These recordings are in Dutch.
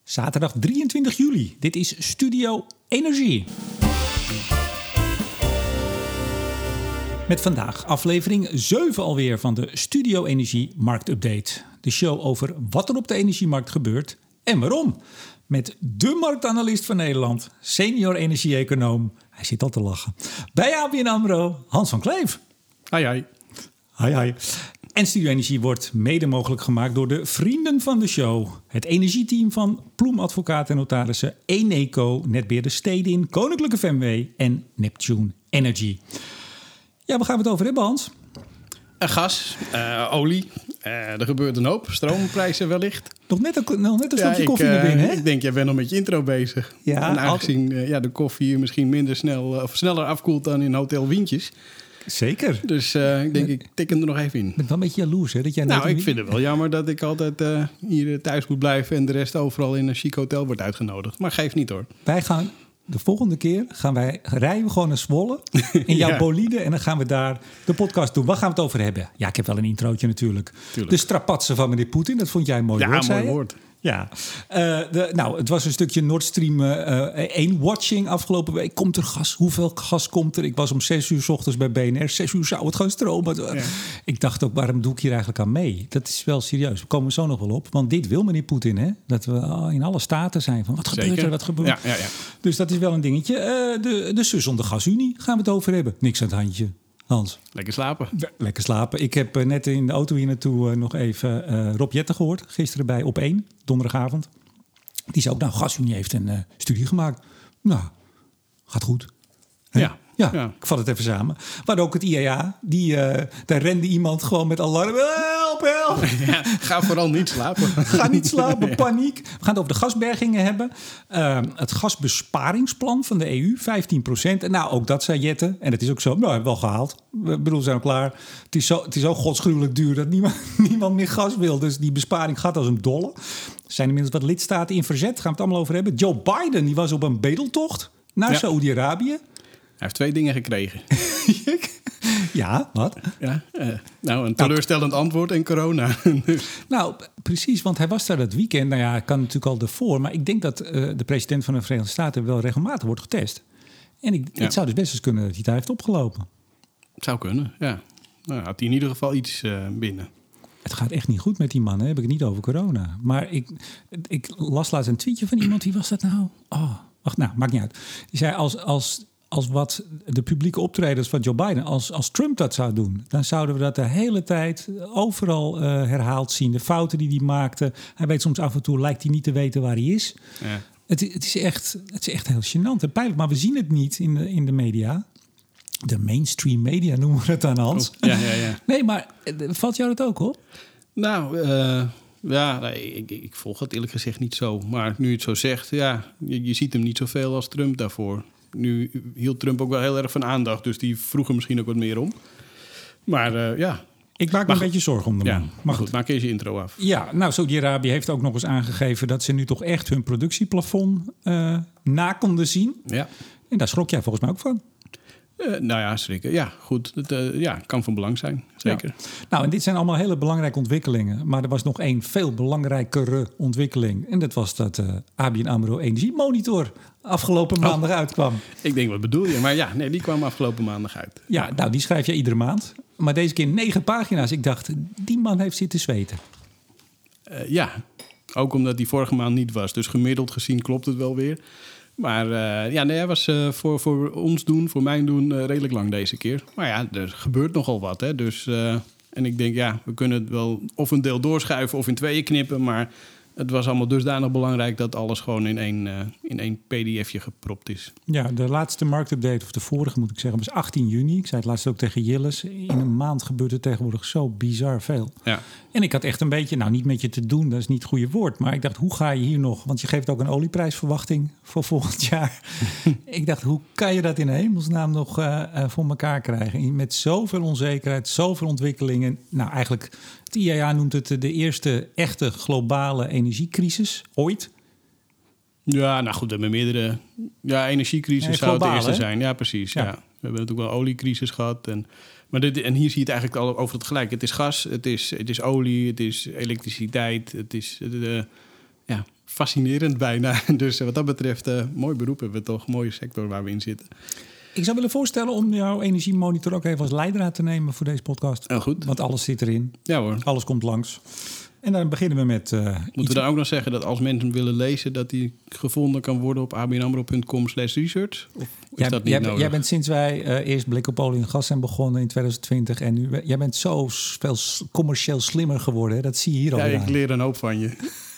Zaterdag 23 juli. Dit is Studio Energie. Met vandaag aflevering 7 alweer van de Studio Energie Marktupdate. De show over wat er op de energiemarkt gebeurt en waarom. Met de marktanalist van Nederland, senior energie-econoom. Hij zit al te lachen. Bij ABN AMRO, Hans van Kleef. Hi. Hi. En Studio Energie wordt mede mogelijk gemaakt door de vrienden van de show. Het energieteam van Ploem Advocaten en Notarissen, Eneco, Netbeheerder Stedin, Koninklijke FMW en Neptune Energy. Ja, waar gaan we het over hebben, Hans? Gas, olie, er gebeurt een hoop. Stroomprijzen wellicht. Nog net een slokje koffie naar binnen, hè? Ik denk, jij bent nog met je intro bezig. Ja, en aangezien de koffie misschien minder snel of sneller afkoelt dan in Hotel Wientjes. Zeker. Dus ik denk, ik tik hem er nog even in. Ik ben wel een beetje jaloers, hè? Dat jij ik vind het wel jammer dat ik altijd hier thuis moet blijven en de rest overal in een chic hotel wordt uitgenodigd. Maar geeft niet, hoor. De volgende keer rijden we gewoon naar Zwolle in jouw bolide en dan gaan we daar de podcast doen. Waar gaan we het over hebben? Ja, ik heb wel een introotje natuurlijk. Tuurlijk. De strapatsen van meneer Poetin, dat vond jij een mooi woord, mooi woord. Ja, het was een stukje Nord Stream 1-watching afgelopen week. Komt er gas? Hoeveel gas komt er? Ik was om 6 uur 's ochtends bij BNR. 6 uur zou het gaan stromen. Ja. Ik dacht ook, waarom doe ik hier eigenlijk aan mee? Dat is wel serieus. We komen zo nog wel op. Want dit wil meneer Poetin, hè? Dat we in alle staten zijn van, wat gebeurt er? Wat gebeurt er? Ja. Dus dat is wel een dingetje. De Sussende Gasunie gaan we het over hebben. Niks aan het handje. Hans. Lekker slapen. Lekker slapen. Ik heb net in de auto hier naartoe nog even Rob Jetten gehoord. Gisteren bij Op1, donderdagavond. Die zei ook, Gasunie heeft een studie gemaakt. Nou, gaat goed. Ja, ik vat het even samen. Maar ook het IEA, daar rende iemand gewoon met alarm. Help! Ja, ga vooral niet slapen. Ga niet slapen, paniek. We gaan het over de gasbergingen hebben. Het gasbesparingsplan van de EU, 15%. En ook dat zei Jette. En het is ook zo, hebben we wel gehaald. We zijn al klaar. Het is zo godsgruwelijk duur dat niemand meer gas wil. Dus die besparing gaat als een dolle. Er zijn inmiddels wat lidstaten in verzet. Daar gaan we het allemaal over hebben. Joe Biden, die was op een bedeltocht naar Saoedi-Arabië. Hij heeft 2 dingen gekregen. Ja, wat? Ja, een teleurstellend antwoord en corona. Precies, want hij was daar dat weekend. Hij kan natuurlijk al ervoor. Maar ik denk dat de president van de Verenigde Staten wel regelmatig wordt getest. En het zou dus best eens kunnen dat hij daar heeft opgelopen. Het zou kunnen, ja. Nou, had hij in ieder geval iets binnen. Het gaat echt niet goed met die man, hè? Heb ik het niet over corona. Maar ik las laatst een tweetje van iemand. Wie was dat nou? Maakt niet uit. Die zei als wat de publieke optredens van Joe Biden, als Trump dat zou doen, dan zouden we dat de hele tijd overal herhaald zien. De fouten die hij maakte. Hij weet soms af en toe, lijkt hij niet te weten waar hij is. Ja. Het is echt heel gênant en pijnlijk, maar we zien het niet in de media. De mainstream media noemen we het dan, Hans. Ja. Nee, maar valt jou dat ook op? Ik volg het eerlijk gezegd niet zo. Maar nu je het zo zegt, je ziet hem niet zoveel als Trump daarvoor. Nu hield Trump ook wel heel erg van aandacht, dus die vroeg er misschien ook wat meer om. Maar ik maak me een beetje zorgen om de man. Ja, maar goed, maak eens je intro af. Ja, Saudi-Arabië heeft ook nog eens aangegeven dat ze nu toch echt hun productieplafond na konden zien. Ja. En daar schrok jij volgens mij ook van. Schrikken. Ja, goed. Het kan van belang zijn. Zeker. Ja. En dit zijn allemaal hele belangrijke ontwikkelingen. Maar er was nog één veel belangrijkere ontwikkeling. En dat was dat ABN AMRO Energiemonitor afgelopen maandag uitkwam. Ik denk, wat bedoel je? Maar die kwam afgelopen maandag uit. Ja, die schrijf je iedere maand. Maar deze keer 9 pagina's. Ik dacht, die man heeft zitten zweten. Ook omdat die vorige maand niet was. Dus gemiddeld gezien klopt het wel weer. Maar hij was voor ons doen, voor mijn doen, redelijk lang deze keer. Maar er gebeurt nogal wat. Hè? Dus, en ik denk, we kunnen het wel of een deel doorschuiven of in 2 knippen. Maar het was allemaal dusdanig belangrijk dat alles gewoon in één pdfje gepropt is. Ja, de laatste marktupdate, of de vorige moet ik zeggen, was 18 juni. Ik zei het laatst ook tegen Jilles. In een maand gebeurt er tegenwoordig zo bizar veel. Ja. En ik had echt een beetje, niet met je te doen, dat is niet het goede woord. Maar ik dacht, hoe ga je hier nog? Want je geeft ook een olieprijsverwachting voor volgend jaar. Ik dacht, hoe kan je dat in hemelsnaam nog voor elkaar krijgen? Met zoveel onzekerheid, zoveel ontwikkelingen. Eigenlijk, het IEA noemt het de eerste echte globale energiecrisis ooit. Ja, goed, we hebben meerdere... Ja, energiecrisis zou het eerste zijn. Ja, precies. Ja. We hebben natuurlijk wel oliecrisis gehad. En hier zie je het eigenlijk al over het gelijk. Het is gas, het is olie, het is elektriciteit, het is fascinerend bijna. Dus wat dat betreft, mooi beroep hebben we toch. Mooie sector waar we in zitten. Ik zou willen voorstellen om jouw energiemonitor ook even als leidraad te nemen voor deze podcast. Oh, goed. Want alles zit erin. Ja hoor. Alles komt langs. En dan beginnen we met... Moeten we dan ook nog zeggen dat als mensen willen lezen, dat die gevonden kan worden op abnamro.com/research? Of is dat niet nodig? Jij bent sinds wij eerst Blik op olie en gas zijn begonnen in 2020 en nu, jij bent zo veel commercieel slimmer geworden. Hè? Dat zie je hier al. Ja, ik leer een hoop van je.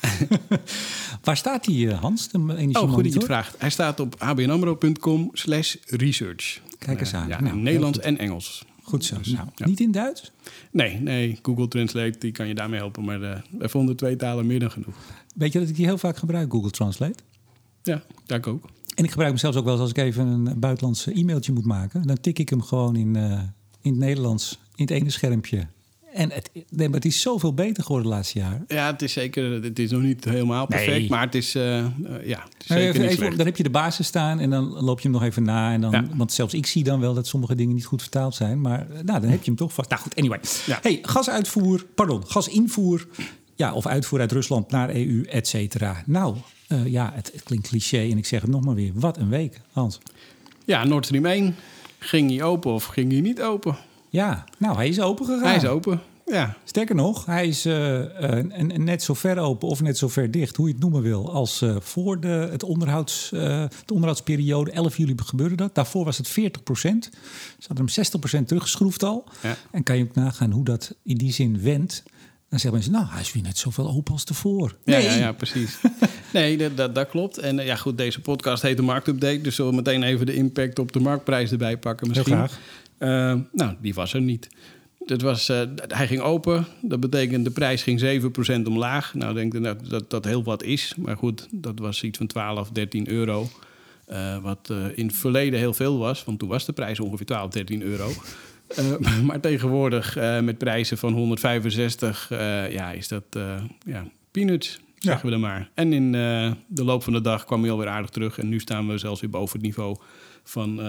Waar staat die, Hans, de energiemonitor? Oh, goed dat je het vraagt. Hij staat op abnamro.com/research. Kijk eens aan. Ja, Nou, in Nederlands en Engels. Goed zo. Dus, nou, ja. Niet in Duits? Nee, Google Translate die kan je daarmee helpen. Maar wij vonden 2 talen meer dan genoeg. Weet je dat ik die heel vaak gebruik, Google Translate? Ja, daar ook. En ik gebruik hem zelfs ook wel eens als ik even een buitenlands e-mailtje moet maken. Dan tik ik hem gewoon in het Nederlands, in het ene schermpje. En het is zoveel beter geworden de laatste jaren. Ja, het is zeker. Het is nog niet helemaal perfect, Nee. maar het is, het is zeker niet slecht. Dan heb je de basis staan en dan loop je hem nog even na. En dan, Ja. Want zelfs ik zie dan wel dat sommige dingen niet goed vertaald zijn. Maar dan heb je hem toch vast. Nou goed, anyway. Ja. Hey, gasinvoer. Ja, of uitvoer uit Rusland naar EU, et cetera. Nou, het klinkt cliché en ik zeg het nog maar weer. Wat een week, Hans. Ja, Nord Stream 1. Ging hij open of ging hij niet open? Ja, nou, hij is open gegaan. Hij is open, ja. Sterker nog, hij is net zo ver open of net zo ver dicht, hoe je het noemen wil, als voor de onderhoudsperiode. 11 juli gebeurde dat. Daarvoor was het 40%. Ze hadden hem 60% teruggeschroefd al. Ja. En kan je ook nagaan hoe dat in die zin wendt. Dan zeggen mensen, nou, hij is weer net zoveel open als tevoren. Nee. Ja, precies. Nee, dat klopt. En ja, goed, deze podcast heet de Marktupdate. Dus zullen we meteen even de impact op de marktprijs erbij pakken misschien. Heel graag. Nou, die was er niet. Hij ging open. Dat betekent de prijs ging 7% omlaag. Nou, ik denk dat heel wat is. Maar goed, dat was iets van 12, 13 euro. Wat in het verleden heel veel was. Want toen was de prijs ongeveer 12, 13 euro. Maar tegenwoordig met prijzen van 165 is dat peanuts, zeggen we dan maar. En in de loop van de dag kwam hij alweer aardig terug. En nu staan we zelfs weer boven het niveau van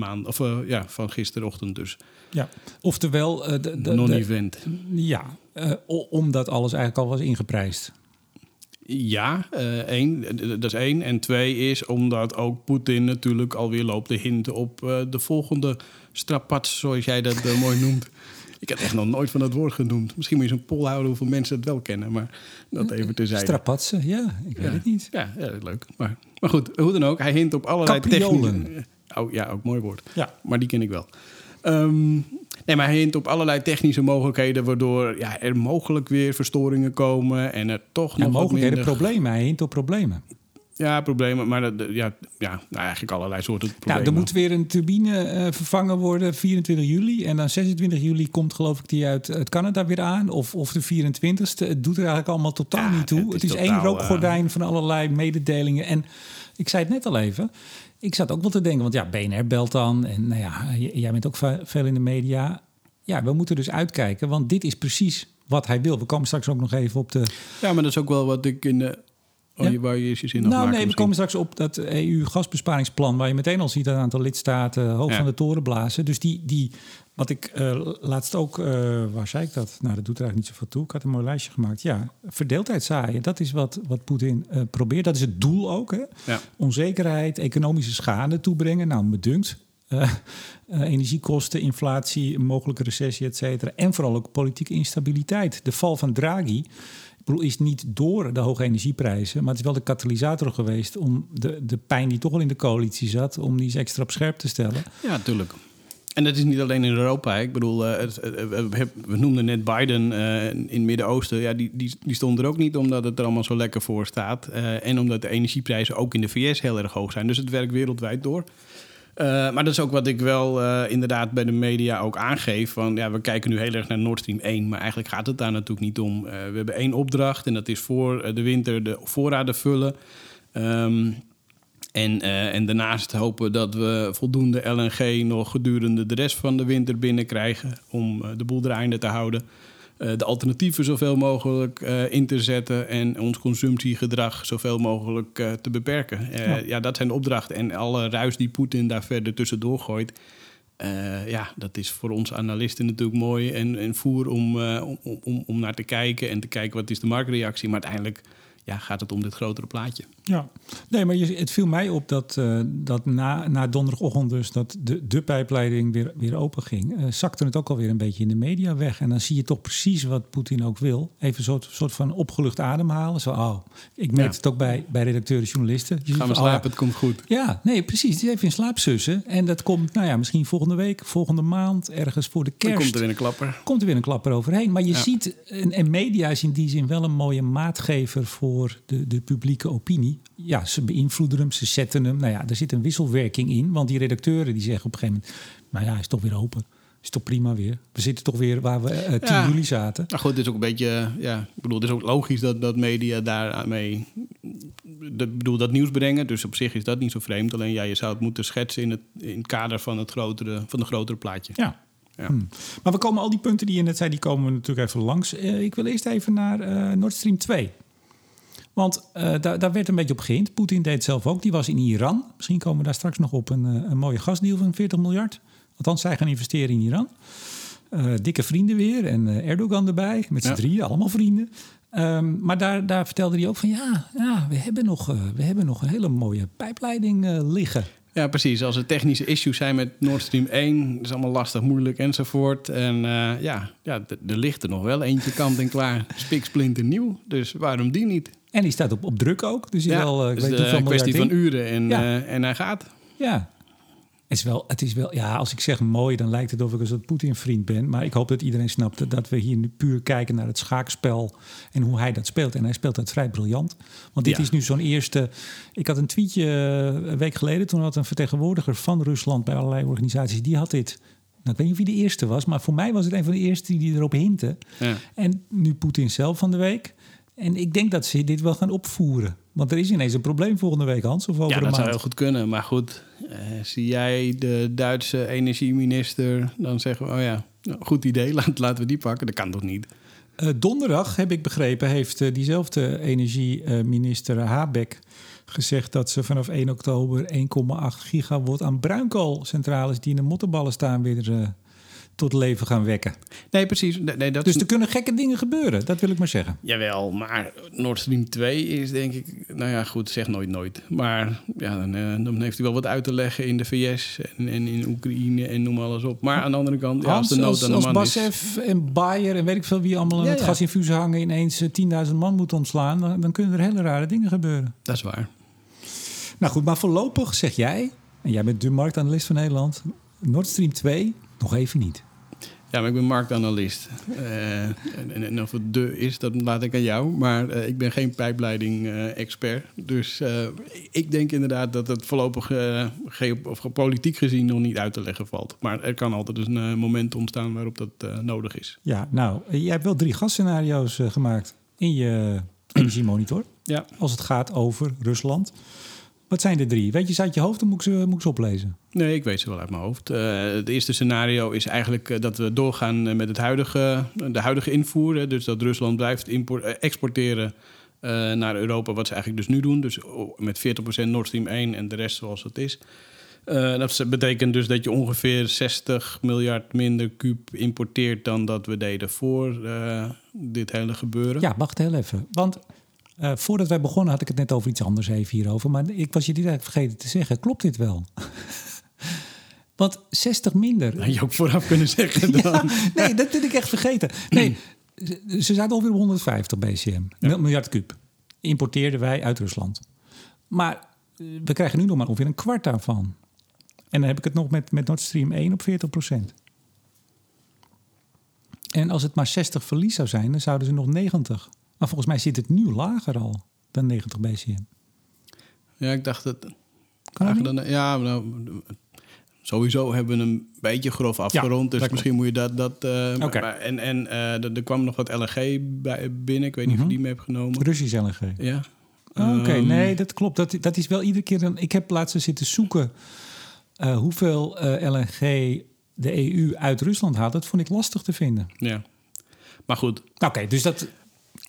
van gisterochtend dus. Ja. Oftewel... non-event. Omdat alles eigenlijk al was ingeprijsd. Ja, dat is 1. En 2 is omdat ook Poetin natuurlijk alweer loopt te hinten op de volgende strapats, zoals jij dat mooi noemt. Ik heb echt nog nooit van dat woord genoemd. Misschien moet je zo'n poll houden hoeveel mensen het wel kennen, maar dat even terzijde. Strapatsen, ik weet het niet. Ja, leuk. Maar goed, hoe dan ook, hij hint op allerlei technische... Oh ja, ook mooi woord. Ja. Maar die ken ik wel. Maar hij hint op allerlei technische mogelijkheden, waardoor er mogelijk weer verstoringen komen en er toch nog mogelijkheden, problemen. Hij hint op problemen. Ja, problemen, maar eigenlijk allerlei soorten problemen. Er moet weer een turbine vervangen worden, 24 juli. En dan 26 juli komt, geloof ik, die uit Canada weer aan. Of de 24ste. Het doet er eigenlijk allemaal totaal niet toe. Het is één rookgordijn van allerlei mededelingen. En ik zei het net al even. Ik zat ook wel te denken, want BNR belt dan. En jij bent ook veel in de media. Ja, we moeten dus uitkijken, want dit is precies wat hij wil. We komen straks ook nog even op de... Ja, maar dat is ook wel wat ik in de... Waar je eerst je zin op maakt, we komen straks op dat EU-gasbesparingsplan... waar je meteen al ziet dat een aantal lidstaten hoog van de toren blazen. Dus die wat ik laatst ook... waar zei ik dat? Nou, dat doet er eigenlijk niet zoveel toe. Ik had een mooi lijstje gemaakt. Ja, verdeeldheid zaaien. Dat is wat Poetin probeert. Dat is het doel ook. Hè? Ja. Onzekerheid, economische schade toebrengen. Nou, me dunkt. Energiekosten, inflatie, mogelijke recessie, et cetera. En vooral ook politieke instabiliteit. De val van Draghi... is niet door de hoge energieprijzen, maar het is wel de katalysator geweest om de pijn die toch al in de coalitie zat, om die eens extra op scherp te stellen. Ja, natuurlijk. En dat is niet alleen in Europa. Ik bedoel, we noemden net Biden in het Midden-Oosten. Ja, die stond er ook niet omdat het er allemaal zo lekker voor staat. En omdat de energieprijzen ook in de VS heel erg hoog zijn. Dus het werkt wereldwijd door. Maar dat is ook wat ik wel inderdaad bij de media ook aangeef. Van, we kijken nu heel erg naar Nord Stream 1. Maar eigenlijk gaat het daar natuurlijk niet om. We hebben 1 opdracht en dat is voor de winter de voorraden vullen. En daarnaast hopen dat we voldoende LNG nog gedurende de rest van de winter binnenkrijgen. Om de boel draaiende te houden. De alternatieven zoveel mogelijk in te zetten en ons consumptiegedrag zoveel mogelijk te beperken. Dat zijn de opdrachten. En alle ruis die Poetin daar verder tussendoor gooit, dat is voor ons analisten natuurlijk mooi en voer om naar te kijken en te kijken wat is de marktreactie. Maar uiteindelijk gaat het om dit grotere plaatje. Ja, nee, maar het viel mij op dat na donderdagochtend dus dat de pijpleiding weer open ging, zakte het ook alweer een beetje in de media weg. En dan zie je toch precies wat Poetin ook wil. Even een soort van opgelucht ademhalen. Zo, ik merk het ook bij redacteuren, journalisten. Gaan we slapen, het komt goed. Ja, nee, precies. Die even in slaap sussen. En dat komt, misschien volgende week, volgende maand, ergens voor de kerst. Dan komt er weer een klapper. Komt er weer een klapper overheen. Maar je ziet, en media is in die zin wel een mooie maatgever voor de publieke opinie. Ja, ze beïnvloeden hem, ze zetten hem. Er zit een wisselwerking in. Want die redacteuren die zeggen op een gegeven moment, hij is toch weer open. Is toch prima weer. We zitten toch weer waar we 10 juli zaten. Nou goed, het is ook een beetje, ik bedoel, het is ook logisch dat media daarmee dat nieuws brengen. Dus op zich is dat niet zo vreemd. Alleen je zou het moeten schetsen in het kader van het grotere plaatje. Ja. Maar we komen al die punten die je net zei, die komen we natuurlijk even langs. Ik wil eerst even naar Nord Stream 2. Want daar werd een beetje op gehind. Poetin deed het zelf ook. Die was in Iran. Misschien komen we daar straks nog op een mooie gasdeal van 40 miljard. Althans, zij gaan investeren in Iran. Dikke vrienden weer. En Erdogan erbij. Met z'n drieën, allemaal vrienden. Maar daar vertelde hij ook van... we hebben nog een hele mooie pijpleiding liggen. Ja, precies. Als er technische issues zijn met Nord Stream 1... dat is allemaal lastig, moeilijk enzovoort. En er ligt er nog wel eentje kant en klaar. Spiksplinter nieuw. Dus waarom die niet? En die staat op druk ook. Dus wel, ik weet een kwestie van uren en hij gaat. Ja. Het is wel, als ik zeg mooi, dan lijkt het of ik een soort Poetin-vriend ben. Maar ik hoop dat iedereen snapt dat we hier nu puur kijken naar het schaakspel en hoe hij dat speelt. En hij speelt dat vrij briljant. Want dit is nu zo'n eerste... Ik had een tweetje een week geleden, toen had een vertegenwoordiger van Rusland bij allerlei organisaties, die had dit... ik weet niet of hij de eerste was, maar voor mij was het een van de eerste die erop hinten. Ja. En nu Poetin zelf van de week. En ik denk dat ze dit wel gaan opvoeren. Want er is ineens een probleem volgende week, Hans, of over een maand. Ja, dat zou heel goed kunnen. Maar goed, zie jij de Duitse energieminister dan zeggen we... goed idee, laten we die pakken. Dat kan toch niet? Donderdag, heb ik begrepen, heeft diezelfde energieminister Habeck gezegd dat ze vanaf 1 oktober 1,8 gigawatt aan bruinkoolcentrales die in de mottenballen staan weer tot leven gaan wekken. Nee, precies. Nee, dus er kunnen gekke dingen gebeuren, dat wil ik maar zeggen. Jawel, maar Nord Stream 2 is denk ik... goed, zeg nooit. Maar dan heeft hij wel wat uit te leggen in de VS en in Oekraïne en noem alles op. Maar aan de andere kant, Hans, als Basf en Bayer en weet ik veel wie allemaal aan het gasinfuus hangen ineens 10.000 man moet ontslaan, dan kunnen er hele rare dingen gebeuren. Dat is waar. Nou goed, maar voorlopig zeg jij, en jij bent de marktanalist van Nederland, Nord Stream 2 nog even niet. Ja, maar ik ben marktanalist. En of het is, dat laat ik aan jou. Maar ik ben geen pijpleiding-expert. Dus ik denk inderdaad dat het voorlopig politiek gezien nog niet uit te leggen valt. Maar er kan altijd een moment ontstaan waarop dat nodig is. Ja, nou, jij hebt wel 3 gasscenario's gemaakt in je energiemonitor. Ja. Als het gaat over Rusland. Wat zijn de 3? Weet je uit je hoofd, dan moet ik ze oplezen? Nee, ik weet ze wel uit mijn hoofd. Het eerste scenario is eigenlijk dat we doorgaan met de huidige invoer. Dus dat Rusland blijft exporteren naar Europa, wat ze eigenlijk dus nu doen. Dus met 40% Nord Stream 1 en de rest zoals het is. Dat betekent dus dat je ongeveer 60 miljard minder kuub importeert dan dat we deden voor dit hele gebeuren. Ja, wacht heel even. Want voordat wij begonnen had ik het net over iets anders even hierover. Maar ik was je dit eigenlijk vergeten te zeggen. Klopt dit wel? Want 60 minder... Had je ook vooraf kunnen zeggen dan. Ja, nee, dat heb ik echt vergeten. Nee, ze zaten ongeveer 150 BCM. Miljard kuub. Importeerden wij uit Rusland. Maar we krijgen nu nog maar ongeveer een kwart daarvan. En dan heb ik het nog met Nord Stream 1 op 40%. En als het maar 60 verlies zou zijn, dan zouden ze nog 90. Maar volgens mij zit het nu lager al dan 90 BCM. Ja, ik dacht dat... Sowieso hebben we een beetje grof afgerond. Dus misschien moet je dat okay. Er kwam nog wat LNG binnen. Ik weet niet of je die mee hebt genomen. Russisch LNG? Ja. Oké, nee, dat klopt. Dat is wel iedere keer... Ik heb laatst zitten zoeken hoeveel LNG de EU uit Rusland haalt. Dat vond ik lastig te vinden. Ja, maar goed. Oké, dus dat...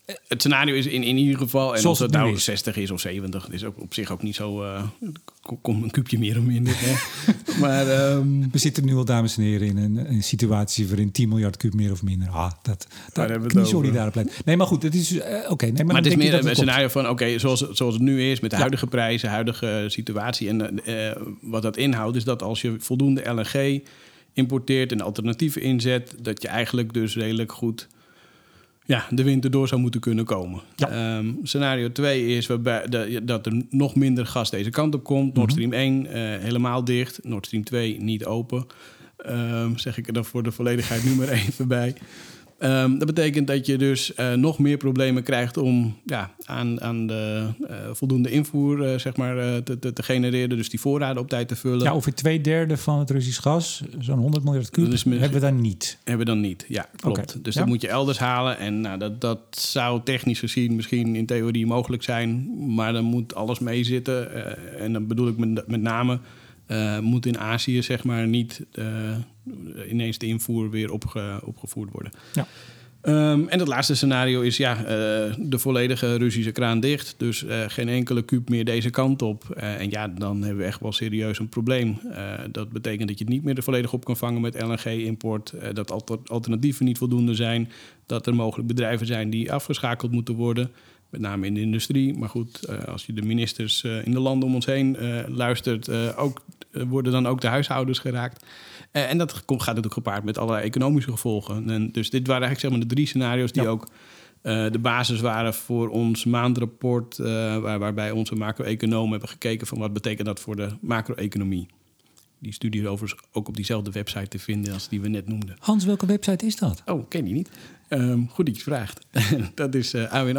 Het scenario is in ieder geval... En zoals als het het nu nou is. 60 is of 70... is ook op zich ook niet zo... komt een kuubje meer of minder. Hè. Maar... We zitten nu al, dames en heren, in een situatie waarin 10 miljard kuub meer of minder. Daar hebben we het kniesorry over. daarop leidt. Nee, maar goed, het is oké. Nee, Maar het is dan denk meer ik dat een het scenario van... zoals het nu is, met de huidige prijzen, huidige situatie... en wat dat inhoudt, is dat als je voldoende LNG importeert... en alternatieven inzet, dat je eigenlijk dus redelijk goed... de winter door zou moeten kunnen komen. Ja. Scenario 2 is waarbij dat er nog minder gas deze kant op komt. Nord Stream 1 helemaal dicht. Nord Stream 2 niet open. Zeg ik er dan voor de volledigheid nu maar even bij. Dat betekent dat je dus nog meer problemen krijgt om aan de voldoende invoer te genereren. Dus die voorraden op tijd te vullen. Ja, ongeveer 2/3 van het Russisch gas, zo'n 100 miljard kuub, hebben we dan niet. Hebben we dan niet, ja, klopt. Okay. Dus dat moet je elders halen. En dat zou technisch gezien misschien in theorie mogelijk zijn. Maar dan moet alles meezitten. En dan bedoel ik met name... moet in Azië zeg maar niet ineens de invoer weer opgevoerd worden. Ja. En het laatste scenario is de volledige Russische kraan dicht. Dus geen enkele kuub meer deze kant op. En dan hebben we echt wel serieus een probleem. Dat betekent dat je het niet meer volledig op kan vangen met LNG-import. Dat alternatieven niet voldoende zijn. Dat er mogelijk bedrijven zijn die afgeschakeld moeten worden. Met name in de industrie. Maar goed, als je de ministers in de landen om ons heen luistert... worden dan ook de huishoudens geraakt. En dat gaat natuurlijk gepaard met allerlei economische gevolgen. En dus dit waren eigenlijk zeg maar de 3 scenario's... die ook de basis waren voor ons maandrapport... waarbij onze macro-economen hebben gekeken... van wat betekent dat voor de macro-economie. Die studie is overigens ook op diezelfde website te vinden... als die we net noemden. Hans, welke website is dat? Oh, ken die niet. Goed dat je het vraagt. Dat is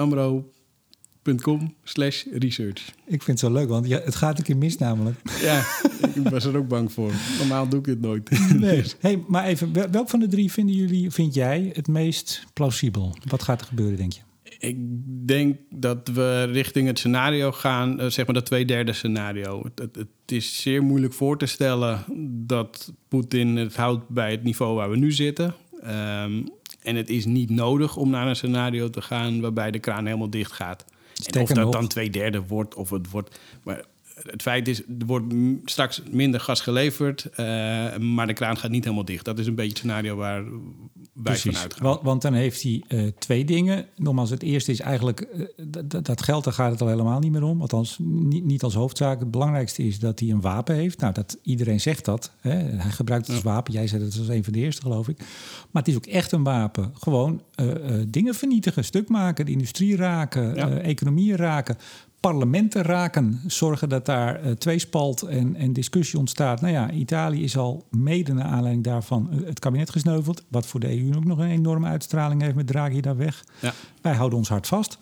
ABNAMRO.com/research. Ik vind het zo leuk, want het gaat een keer mis namelijk. Ja, ik was er ook bang voor. Normaal doe ik dit nooit. Nee. Hey, maar even, welk van de 3 vind jij het meest plausibel? Wat gaat er gebeuren, denk je? Ik denk dat we richting het scenario gaan, zeg maar dat 2/3 scenario. Het is zeer moeilijk voor te stellen dat Poetin het houdt bij het niveau waar we nu zitten. En het is niet nodig om naar een scenario te gaan waarbij de kraan helemaal dicht gaat. En of dat dan 2/3 wordt of het wordt... Maar het feit is, er wordt straks minder gas geleverd, maar de kraan gaat niet helemaal dicht. Dat is een beetje het scenario waar wij vanuit gaan. Want dan heeft hij 2 dingen. Nogmaals, het eerste is eigenlijk dat geld, daar gaat het al helemaal niet meer om. Althans, niet als hoofdzaak. Het belangrijkste is dat hij een wapen heeft. Nou, iedereen zegt dat. Hè? Hij gebruikt het als wapen. Jij zei dat als een van de eerste, geloof ik. Maar het is ook echt een wapen. Gewoon dingen vernietigen, stuk maken, de industrie raken, economieën raken. Parlementen raken, zorgen dat daar tweespalt en discussie ontstaat. Nou ja, Italië is al mede naar aanleiding daarvan het kabinet gesneuveld. Wat voor de EU ook nog een enorme uitstraling heeft met Draghi daar weg. Ja. Wij houden ons hard vast.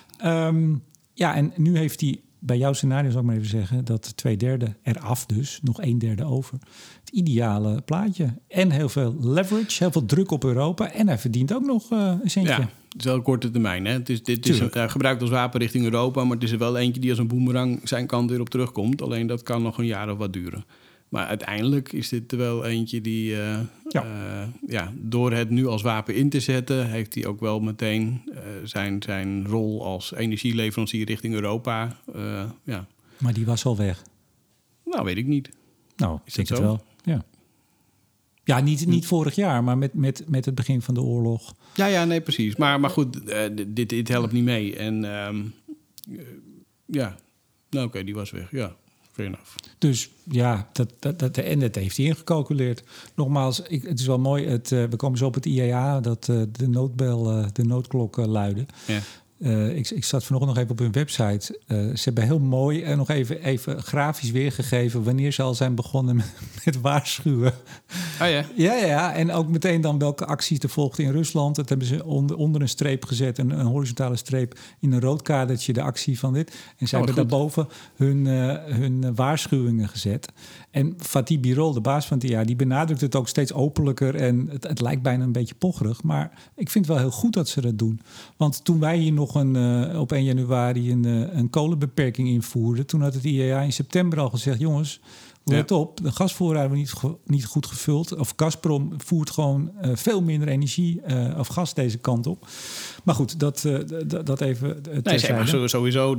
En nu heeft hij bij jouw scenario, zal ik maar even zeggen, dat 2/3 eraf dus, nog 1/3 over. Het ideale plaatje. En heel veel leverage, heel veel druk op Europa. En hij verdient ook nog een centje. Ja. Het is wel korte termijn. Hè? Dit is gebruikt als wapen richting Europa... maar het is er wel eentje die als een boemerang zijn kant weer op terugkomt. Alleen dat kan nog een jaar of wat duren. Maar uiteindelijk is dit wel eentje die... door het nu als wapen in te zetten... heeft hij ook wel meteen zijn rol als energieleverancier richting Europa. Maar die was al weg. Nou, weet ik niet. Nou, ik denk het wel. Ja. Ja, niet vorig jaar, maar met het begin van de oorlog. Ja, nee, precies. Maar goed, dit helpt niet mee. En oké, die was weg. Ja, fair enough. Dus ja, dat heeft hij ingecalculeerd. Nogmaals, het is wel mooi. We komen zo op het IEA dat de noodklok luidde. Ja. Ik zat vanochtend nog even op hun website. Ze hebben heel mooi nog even grafisch weergegeven wanneer ze al zijn begonnen met waarschuwen. Oh ja? Ja. En ook meteen dan welke acties er volgden in Rusland. Dat hebben ze onder een streep gezet, een horizontale streep in een rood kadertje, de actie van dit. En zij hebben daarboven hun waarschuwingen gezet. En Fatih Birol, de baas van het IEA, die benadrukt het ook steeds openlijker. En het lijkt bijna een beetje pocherig. Maar ik vind het wel heel goed dat ze dat doen. Want toen wij hier nog op 1 januari een kolenbeperking invoerden, toen had het IEA in september al gezegd, jongens, Let op, de gasvoorraden worden niet goed gevuld. Of Gazprom voert gewoon veel minder energie of gas deze kant op. Maar goed, dat even nee, zeg maar sowieso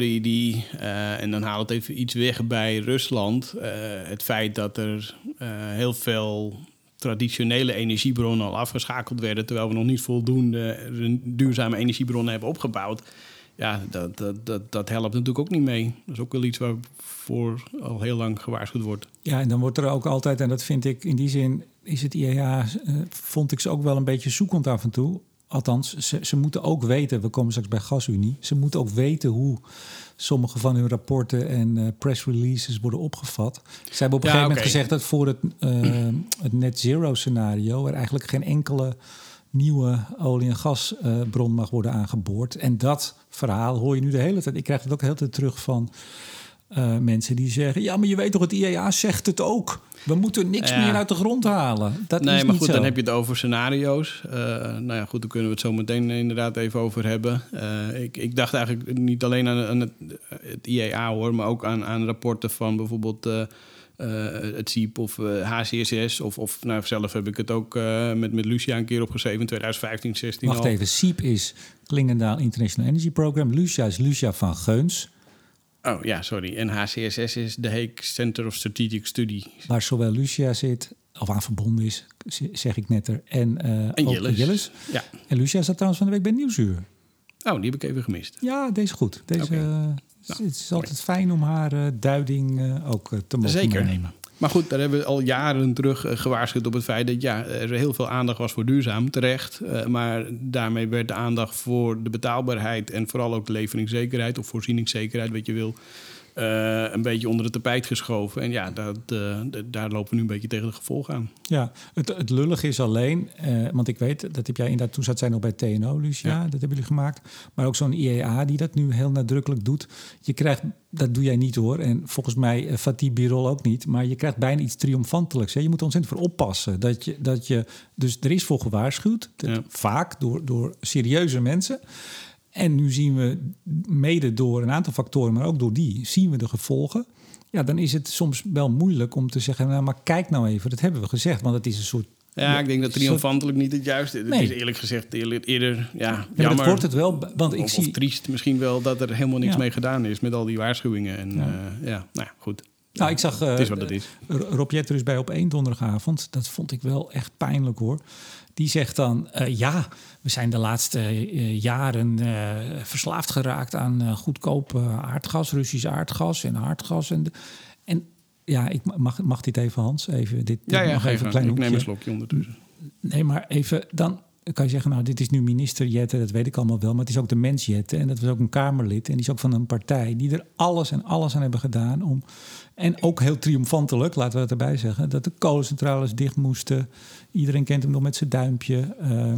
en dan haal het even iets weg bij Rusland. Het feit dat er heel veel traditionele energiebronnen al afgeschakeld werden, terwijl we nog niet voldoende duurzame energiebronnen hebben opgebouwd. Ja, dat helpt natuurlijk ook niet mee. Dat is ook wel iets waarvoor al heel lang gewaarschuwd wordt. Ja, en dan wordt er ook altijd, en dat vind ik in die zin, is het IEA, vond ik ze ook wel een beetje zoekend af en toe. Althans, ze moeten ook weten, we komen straks bij GasUnie, ze moeten ook weten hoe sommige van hun rapporten en press releases worden opgevat. Ze hebben op een gegeven moment gezegd dat voor het net zero scenario er eigenlijk geen enkele nieuwe olie- en gasbron mag worden aangeboord. En dat verhaal hoor je nu de hele tijd. Ik krijg het ook de hele tijd terug van mensen die zeggen, ja, maar je weet toch, het IEA zegt het ook. We moeten niks meer uit de grond halen. Dat is maar niet goed, zo. Dan heb je het over scenario's. Nou ja, goed, daar kunnen we het zo meteen inderdaad even over hebben. Ik dacht eigenlijk niet alleen aan het IEA, hoor, maar ook aan rapporten van bijvoorbeeld het SIEP of HCSS. Of nou, zelf heb ik het ook met Lucia een keer opgeschreven in 2015, 16 Wacht even, SIEP is Klingendaal International Energy Program. Lucia is Lucia van Geuns. Oh ja, sorry. En HCSS is de Hague Center of Strategic Study. Waar zowel Lucia zit, of aan verbonden is, zeg ik net er. En Jilles. Ja. En Lucia zat trouwens van de week bij Nieuwsuur. Oh, die heb ik even gemist. Ja, deze goed. Het is altijd fijn om haar duiding ook te mogen meenemen. Maar goed, daar hebben we al jaren terug gewaarschuwd op het feit dat er heel veel aandacht was voor duurzaam, terecht. Maar daarmee werd de aandacht voor de betaalbaarheid en vooral ook de leveringszekerheid of voorzieningszekerheid, wat je wil, een beetje onder het tapijt geschoven. En ja, daar lopen we nu een beetje tegen de gevolgen aan. Ja, het lullige is alleen, want ik weet, dat heb jij inderdaad, toen zat zij nog bij TNO, Lucia, dat hebben jullie gemaakt. Maar ook zo'n IEA die dat nu heel nadrukkelijk doet. Je krijgt, dat doe jij niet hoor, en volgens mij Fatih Birol ook niet, maar je krijgt bijna iets triomfantelijks. Hè? Je moet er ontzettend voor oppassen. Dus er is voor gewaarschuwd, vaak door serieuze mensen. En nu zien we mede door een aantal factoren, maar ook door zien we de gevolgen. Ja, dan is het soms wel moeilijk om te zeggen, nou, maar kijk nou even, dat hebben we gezegd. Want het is een soort... Ja, ik denk dat triomfantelijk niet het juiste is. Nee. Het is eerlijk gezegd eerder jammer. Dat wordt het wel, want ik zie... Of triest misschien wel dat er helemaal niks mee gedaan is met al die waarschuwingen. En nou ja, goed. Nou, ik zag het is wat het is. Rob Jetter is bij Op1 donderdagavond. Dat vond ik wel echt pijnlijk hoor. Die zegt dan, we zijn de laatste jaren verslaafd geraakt aan goedkoop aardgas, Russisch aardgas en aardgas. En ja, ik mag dit even, Hans? Even, dit nog even een klein hoekje. Ik neem een slokje ondertussen. Nee, maar even, dan kan je zeggen, nou, dit is nu minister Jetten, dat weet ik allemaal wel, maar het is ook de mens Jetten en dat was ook een Kamerlid en die is ook van een partij die er alles aan hebben gedaan om, en ook heel triomfantelijk, laten we het erbij zeggen, dat de kolencentrales dicht moesten. Iedereen kent hem nog met zijn duimpje.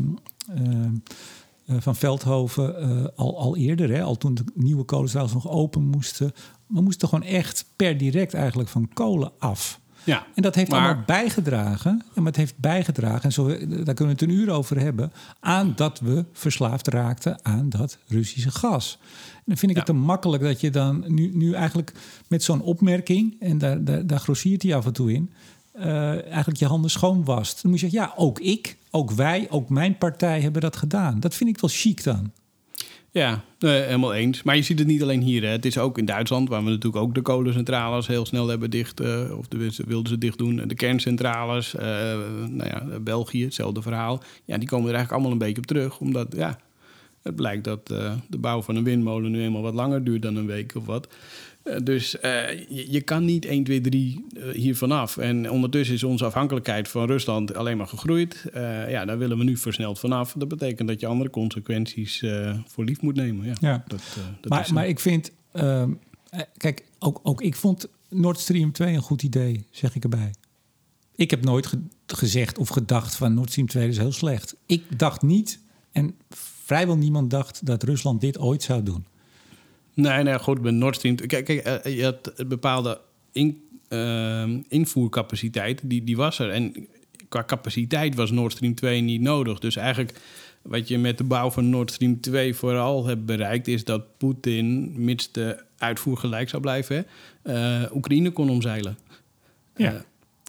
Van Veldhoven al eerder, hè, al toen de nieuwe kolencentrales nog open moesten. We moesten gewoon echt per direct eigenlijk van kolen af. Ja, en dat heeft allemaal bijgedragen. Ja, maar het heeft bijgedragen, en daar kunnen we het een uur over hebben, aan dat we verslaafd raakten aan dat Russische gas. En dan vind ik het te makkelijk dat je dan nu eigenlijk met zo'n opmerking, en daar grossiert hij af en toe in, eigenlijk je handen schoon wast. Dan moet je zeggen, ja, ook ik, ook wij, ook mijn partij hebben dat gedaan. Dat vind ik wel chic dan. Ja, helemaal eens. Maar je ziet het niet alleen hier. Hè. Het is ook in Duitsland, waar we natuurlijk ook de kolencentrales heel snel hebben dicht, of wilden ze dicht doen. De kerncentrales, België, hetzelfde verhaal. Ja, die komen er eigenlijk allemaal een beetje op terug. Omdat, het blijkt dat de bouw van een windmolen nu eenmaal wat langer duurt dan een week of wat. Dus je kan niet 1, 2, 3 hier vanaf. En ondertussen is onze afhankelijkheid van Rusland alleen maar gegroeid. Daar willen we nu versneld vanaf. Dat betekent dat je andere consequenties voor lief moet nemen. Ja. Maar ik vind... kijk, ook ik vond Nord Stream 2 een goed idee, zeg ik erbij. Ik heb nooit gezegd of gedacht van Nord Stream 2 is heel slecht. Ik dacht niet, en vrijwel niemand dacht, dat Rusland dit ooit zou doen. Nee, goed, bij Nord Stream... Kijk, je had een bepaalde invoercapaciteit, die was er. En qua capaciteit was Nord Stream 2 niet nodig. Dus eigenlijk wat je met de bouw van Nord Stream 2 vooral hebt bereikt, is dat Poetin, mits de uitvoer gelijk zou blijven, Oekraïne kon omzeilen. Ja.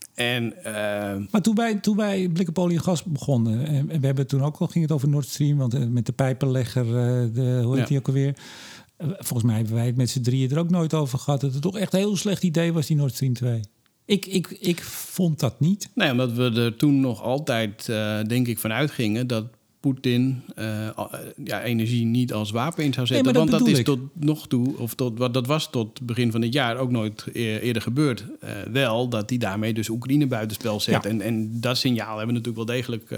Maar toen wij Blik op olie en gas begonnen... en we hebben toen ook al, ging het over Nord Stream... want met de pijpenlegger, hoe heet die ook alweer... volgens mij hebben wij het met z'n drieën er ook nooit over gehad... dat het toch echt een heel slecht idee was, die Nord Stream 2. Ik vond dat niet. Nee, omdat we er toen nog altijd, denk ik, van uitgingen... dat Poetin energie niet als wapen in zou zetten. Nee, want dat is tot nog toe, dat was tot begin van dit jaar ook nooit eerder gebeurd. Wel dat hij daarmee dus Oekraïne buitenspel zet. Ja. En dat signaal hebben we natuurlijk wel degelijk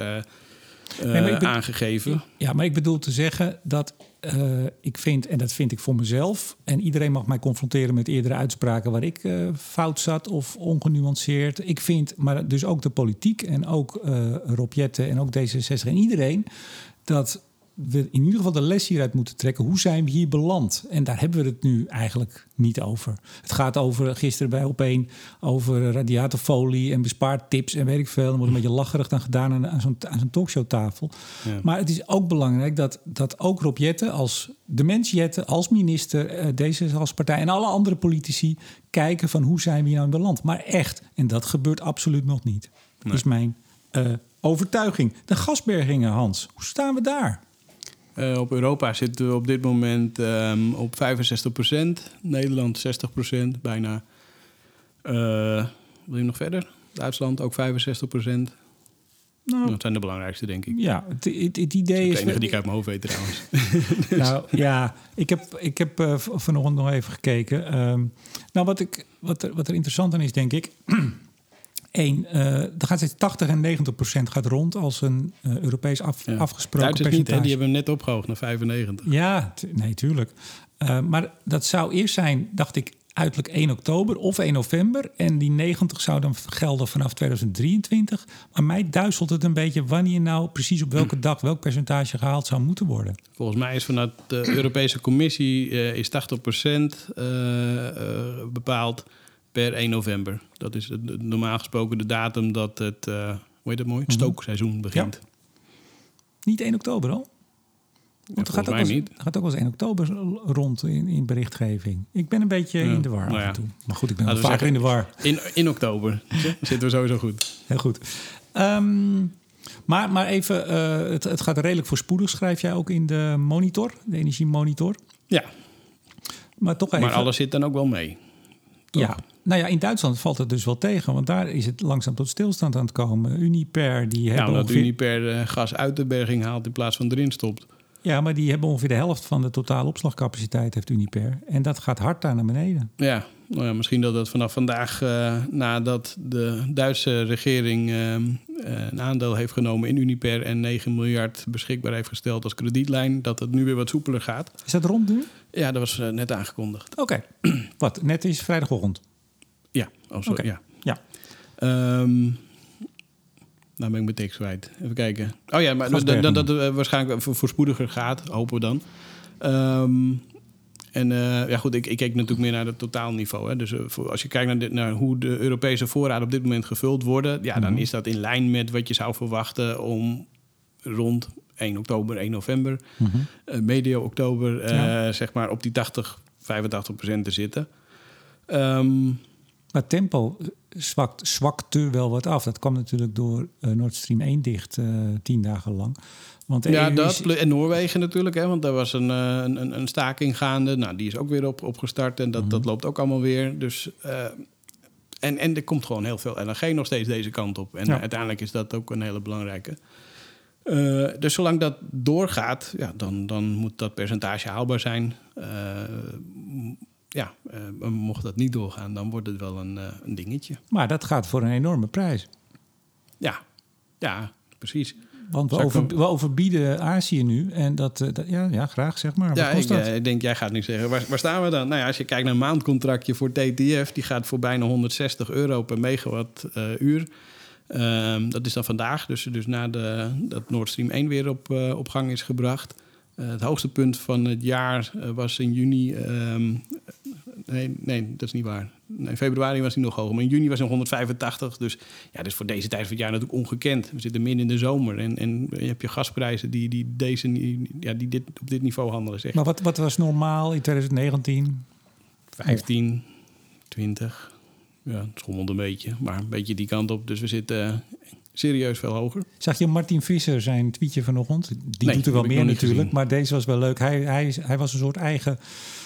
aangegeven. Ja, maar ik bedoel te zeggen dat ik vind, en dat vind ik voor mezelf... en iedereen mag mij confronteren met eerdere uitspraken... waar ik fout zat of ongenuanceerd. Ik vind, maar dus ook de politiek en ook Rob Jetten en ook D66 en iedereen... dat we in ieder geval de les hieruit moeten trekken. Hoe zijn we hier beland? En daar hebben we het nu eigenlijk niet over. Het gaat over, gisteren bij Op1... over radiatorfolie en bespaartips en weet ik veel. Dan wordt een beetje lacherig dan gedaan aan zo'n talkshowtafel. Ja. Maar het is ook belangrijk dat ook Rob Jetten... als de mens Jetten, als minister, D66 als partij... en alle andere politici kijken van hoe zijn we hier nou beland. Maar echt, en dat gebeurt absoluut nog niet. Nee. Is mijn overtuiging. De gasbergingen, Hans, hoe staan we daar? Op Europa zitten we op dit moment op 65%. Nederland 60%, bijna. Wil je nog verder? Duitsland ook 65%. Nou, dat zijn de belangrijkste, denk ik. Ja, het idee is... Het enige die ik uit mijn hoofd weet trouwens. Dus. Nou ja, ik heb vanochtend nog even gekeken. Nou, wat er interessant aan is, denk ik... er gaat steeds 80 en 90% gaat rond als een Europees afgesproken percentage. Niet, hè? Die hebben hem net opgehoogd naar 95. Ja, nee, tuurlijk. Maar dat zou eerst zijn, dacht ik, uiterlijk 1 oktober of 1 november. En die 90 zou dan gelden vanaf 2023. Maar mij duizelt het een beetje wanneer nou precies op welke dag... welk percentage gehaald zou moeten worden. Volgens mij is vanuit de Europese Commissie is 80% bepaald... per 1 november. Dat is normaal gesproken de datum dat het, hoe heet het mooi? Stookseizoen begint. Ja. Niet 1 oktober al? Want ja, het gaat ook wel eens 1 oktober rond in berichtgeving. Ik ben een beetje in de war af en toe. Maar goed, ik ben wel vaker in de war. In oktober zitten we sowieso goed. Heel goed. Maar even, het gaat redelijk voorspoedig, schrijf jij ook in de monitor, de energiemonitor. Ja. Maar toch even. Maar alles zit dan ook wel mee. Toch? Ja. Nou ja, in Duitsland valt het dus wel tegen. Want daar is het langzaam tot stilstand aan het komen. Uniper, die hebben omdat Uniper gas uit de berging haalt in plaats van erin stopt. Ja, maar die hebben ongeveer de helft van de totale opslagcapaciteit, heeft Uniper. En dat gaat hard daar naar beneden. Ja, nou ja, misschien dat het vanaf vandaag, nadat de Duitse regering een aandeel heeft genomen in Uniper en 9 miljard beschikbaar heeft gesteld als kredietlijn, dat het nu weer wat soepeler gaat. Is dat rond nu? Ja, dat was net aangekondigd. Oké. Wat? Net is vrijdagochtend? Ja, sorry. Okay. Ja. Nou ben ik mijn tekst kwijt. Even kijken. Oh ja, maar dat het waarschijnlijk voorspoediger gaat, hopen we dan. Ja goed, ik keek natuurlijk meer naar het totaalniveau. Hè. Dus als je kijkt naar hoe de Europese voorraden op dit moment gevuld worden, ja, dan is dat in lijn met wat je zou verwachten om rond 1 oktober, 1 november, medio oktober, zeg maar op die 85% te zitten. Maar tempo zwakte wel wat af. Dat kwam natuurlijk door Nord Stream 1 dicht 10 dagen lang. Want en Noorwegen natuurlijk, hè, want daar was een staking gaande. Nou, die is ook weer opgestart en dat loopt ook allemaal weer. Dus, en er komt gewoon heel veel LNG nog steeds deze kant op. En uiteindelijk is dat ook een hele belangrijke. Dus zolang dat doorgaat, ja, dan moet dat percentage haalbaar zijn. Mocht dat niet doorgaan, dan wordt het wel een dingetje. Maar dat gaat voor een enorme prijs. Ja, precies. Want we overbieden Azië nu. En dat graag, zeg maar. Ja, ik denk, jij gaat nu zeggen, waar staan we dan? Nou ja, als je kijkt naar een maandcontractje voor TTF, die gaat voor bijna €160 per megawattuur. Dat is dan vandaag, dus na dat Nord Stream 1 weer op gang is gebracht. Het hoogste punt van het jaar was in juni. Nee, dat is niet waar. In februari was hij nog hoger, maar in juni was hij 185. Dus ja, dat is voor deze tijd van het jaar natuurlijk ongekend. We zitten midden in de zomer en je hebt je gasprijzen die op dit niveau handelen. Zeg. Maar wat was normaal in 2019? 15, 20. Ja, het schommelt een beetje, maar een beetje die kant op. Dus we zitten serieus veel hoger. Zag je Martin Visser zijn tweetje vanochtend? Die Nee, doet er wel heb ik meer nog niet natuurlijk, gezien. maar deze was wel leuk. Hij was een soort eigen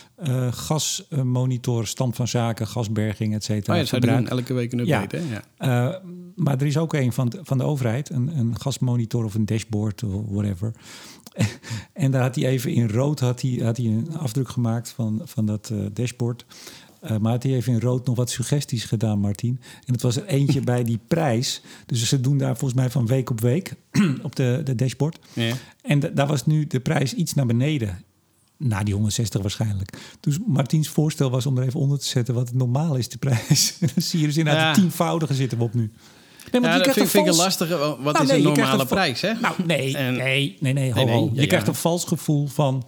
gasmonitor, stand van zaken, gasberging, et cetera. Zij doen elke week een update, hè? Ja. Maar er is ook een van de overheid, een gasmonitor of een dashboard of whatever. En daar had hij even in rood had hij een afdruk gemaakt van dat dashboard. Maar had hij even in rood nog wat suggesties gedaan, Martin. En het was er eentje bij die prijs. Dus ze doen daar volgens mij van week op week op de dashboard. Ja. En daar was nu de prijs iets naar beneden. Na die 160 waarschijnlijk. Dus Martins voorstel was om er even onder te zetten wat het normaal is, de prijs. Dan zie je dus inderdaad de 10-voudige zitten we op nu. Nee, Ja, dat vind ik een lastige. Wat is een normale prijs, hè? Nou, nee. Je krijgt een vals gevoel van...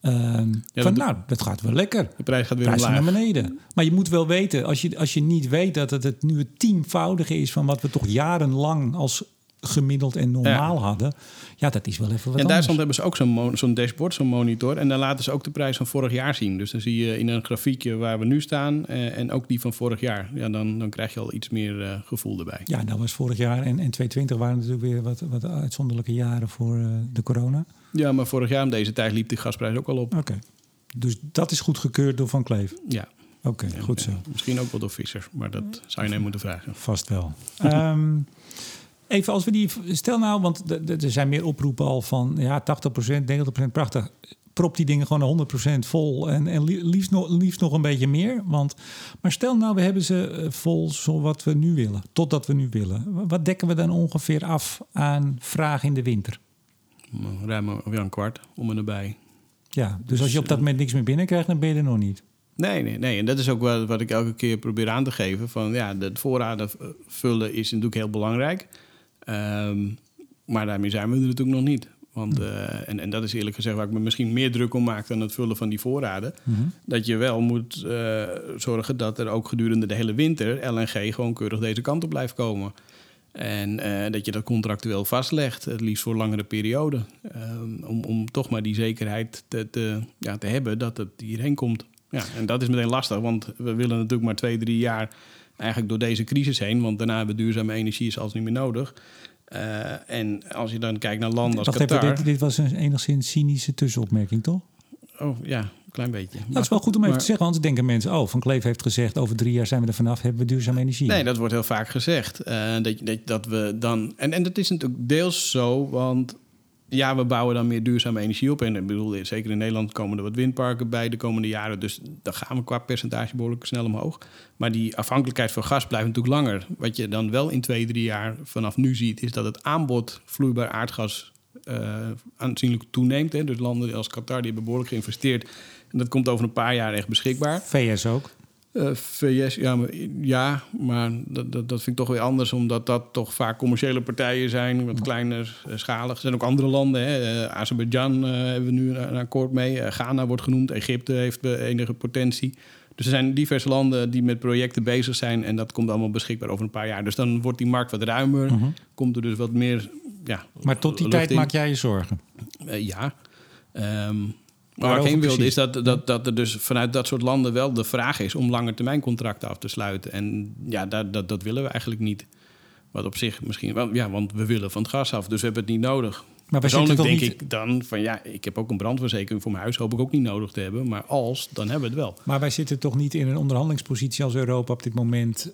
het gaat wel lekker. De prijs gaat weer naar omlaag. beneden. Maar je moet wel weten, als je niet weet dat het nu het 10-voudige is van wat we toch jarenlang als gemiddeld en normaal hadden. Ja, dat is wel even wat In Duitsland anders. hebben ze ook zo'n dashboard, zo'n monitor. En dan laten ze ook de prijs van vorig jaar zien. Dus dan zie je in een grafiekje waar we nu staan en ook die van vorig jaar. Ja, dan krijg je al iets meer gevoel erbij. Ja, nou was vorig jaar en 2020 waren natuurlijk weer wat uitzonderlijke jaren voor de corona. Ja, maar vorig jaar om deze tijd liep de gasprijs ook al op. Oké. Dus dat is goedgekeurd door Van Kleef? Ja. Oké, goed zo. Misschien ook wel door Visser, maar dat zou je hem moeten vragen. Vast wel. Even als we die... Stel nou, want er zijn meer oproepen al van... Ja, 80%, 90%, prachtig. Prop die dingen gewoon naar 100% vol. En liefst nog een beetje meer. Maar stel nou, we hebben ze vol zoals we nu willen. Totdat we nu willen. Wat dekken we dan ongeveer af aan vraag in de winter? Ruim weer een kwart om en erbij. Ja, dus als je op dat moment niks meer binnenkrijgt, dan ben je er nog niet. Nee. En dat is ook wat ik elke keer probeer aan te geven. Van ja, het voorraden vullen is natuurlijk heel belangrijk. Maar daarmee zijn we er natuurlijk nog niet. Want, en dat is eerlijk gezegd waar ik me misschien meer druk om maak dan het vullen van die voorraden. Mm-hmm. Dat je wel moet zorgen dat er ook gedurende de hele winter LNG gewoon keurig deze kant op blijft komen. En dat je dat contractueel vastlegt, het liefst voor langere perioden. Om toch maar die zekerheid te hebben dat het hierheen komt. Ja, en dat is meteen lastig, want we willen natuurlijk maar 2-3 jaar eigenlijk door deze crisis heen. Want daarna hebben we duurzame energie zelfs niet meer nodig. En als je dan kijkt naar landen als Qatar... Dit was een enigszins cynische tussenopmerking, toch? Oh ja, een klein beetje. Dat is wel goed om even te zeggen, anders denken mensen... Van Kleef heeft gezegd, over 3 jaar zijn we er vanaf, hebben we duurzame energie. Nee, dat wordt heel vaak gezegd. Dat we dan... En dat is natuurlijk deels zo, want... Ja, we bouwen dan meer duurzame energie op. En ik bedoel, zeker in Nederland komen er wat windparken bij de komende jaren. Dus dan gaan we qua percentage behoorlijk snel omhoog. Maar die afhankelijkheid van gas blijft natuurlijk langer. Wat je dan wel in 2-3 jaar vanaf nu ziet... is dat het aanbod vloeibaar aardgas aanzienlijk toeneemt. Hè. Dus landen als Qatar die hebben behoorlijk geïnvesteerd. En dat komt over een paar jaar echt beschikbaar. VS ook? VS, maar dat vind ik toch weer anders... omdat dat toch vaak commerciële partijen zijn... wat kleiner schalig. Er zijn ook andere landen. Hè. Azerbeidzjan hebben we nu een akkoord mee. Ghana wordt genoemd. Egypte heeft enige potentie. Dus er zijn diverse landen die met projecten bezig zijn... en dat komt allemaal beschikbaar over een paar jaar. Dus dan wordt die markt wat ruimer. Uh-huh. Komt er dus wat meer... maar tot die tijd maak jij je zorgen? Ja. Maar waar ik heen wilde is dat er dus vanuit dat soort landen wel de vraag is... om langetermijncontracten af te sluiten. En ja, dat willen we eigenlijk niet. Wat op zich misschien... want we willen van het gas af, dus we hebben het niet nodig. Maar persoonlijk denk ik dan van ik heb ook een brandverzekering voor mijn huis... hoop ik ook niet nodig te hebben, maar dan hebben we het wel. Maar wij zitten toch niet in een onderhandelingspositie als Europa op dit moment...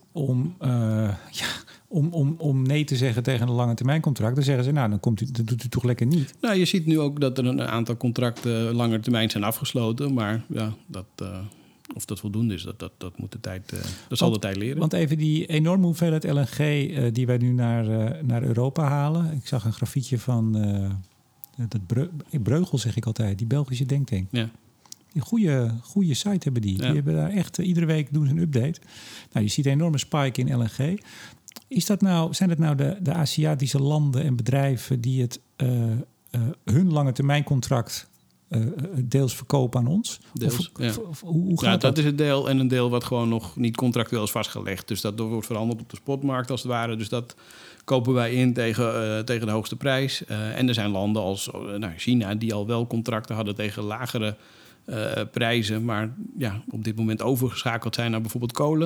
om nee te zeggen tegen een langetermijncontract. Dan zeggen ze, dan dat doet u toch lekker niet. Nou, je ziet nu ook dat er een aantal contracten langer termijn zijn afgesloten. Maar of dat voldoende is, dat moet de tijd, zal de tijd leren. Want even die enorme hoeveelheid LNG die wij nu naar Europa halen. Ik zag een grafiekje van Breugel, zeg ik altijd, die Belgische denktank. Ja. Die goede site hebben die. Ja. Die hebben daar echt iedere week doen ze een update. Nou, je ziet een enorme spike in LNG. Zijn het nou de Aziatische landen en bedrijven die het hun langetermijncontract deels verkopen aan ons? Deels, hoe gaat dat is het deel en een deel wat gewoon nog niet contractueel is vastgelegd. Dus dat wordt verhandeld op de spotmarkt als het ware. Dus dat kopen wij in tegen de hoogste prijs. En er zijn landen als China die al wel contracten hadden tegen lagere prijzen. Maar op dit moment overgeschakeld zijn naar bijvoorbeeld kolen.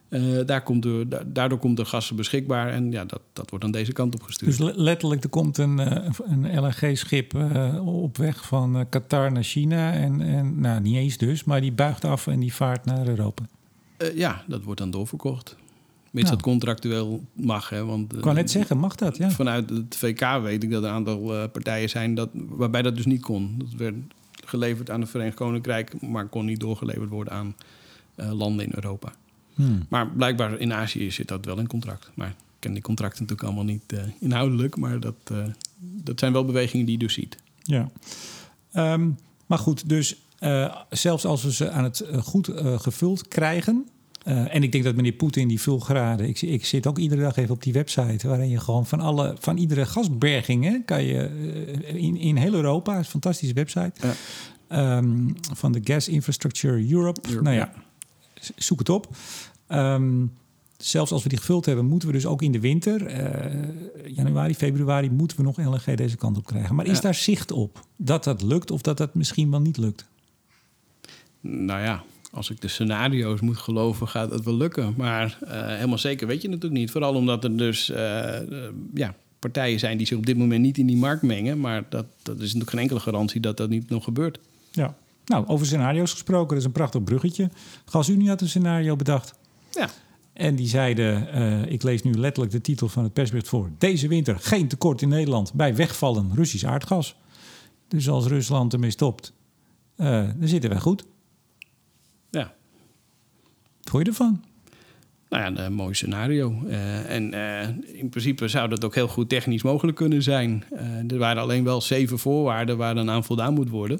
Daardoor komt er gas beschikbaar en ja, dat wordt dan deze kant op gestuurd. Dus letterlijk, er komt een LNG-schip op weg van Qatar naar China. En nou, niet eens dus, maar die buigt af en die vaart naar Europa. Ja, dat wordt dan doorverkocht. Mits dat contractueel mag. Hè, want, ik kan net zeggen, mag dat? Ja. Vanuit het VK weet ik dat er een aantal partijen zijn waarbij dat dus niet kon. Dat werd geleverd aan het Verenigd Koninkrijk, maar kon niet doorgeleverd worden aan landen in Europa. Maar blijkbaar in Azië zit dat wel in contract. Maar ik ken die contracten natuurlijk allemaal niet inhoudelijk. Maar dat zijn wel bewegingen die je dus ziet. Ja. Maar goed, dus zelfs als we ze aan het goed gevuld krijgen... en ik denk dat meneer Poetin die vulgraden... Ik zit ook iedere dag even op die website... waarin je gewoon van iedere gasberging... Hè, kan je in heel Europa... een fantastische website... Ja. Van de Gas Infrastructure Europe. Nou ja, zoek het op. Zelfs als we die gevuld hebben... moeten we dus ook in de winter... januari, februari... moeten we nog LNG deze kant op krijgen. Maar is daar zicht op dat dat lukt... of dat dat misschien wel niet lukt? Nou ja... Als ik de scenario's moet geloven, gaat het wel lukken. Maar helemaal zeker weet je natuurlijk niet. Vooral omdat er dus partijen zijn die zich op dit moment niet in die markt mengen. Maar dat is natuurlijk geen enkele garantie dat dat niet nog gebeurt. Ja, nou, over scenario's gesproken. Dat is een prachtig bruggetje. GasUnie had een scenario bedacht. Ja. En die zeiden, ik lees nu letterlijk de titel van het persbericht voor. Deze winter geen tekort in Nederland bij wegvallen Russisch aardgas. Dus als Rusland ermee stopt, dan zitten wij goed. Ja. Wat vond je ervan? Nou ja, een mooi scenario. In principe zou dat ook heel goed technisch mogelijk kunnen zijn. Er waren alleen wel 7 voorwaarden waar dan aan voldaan moet worden.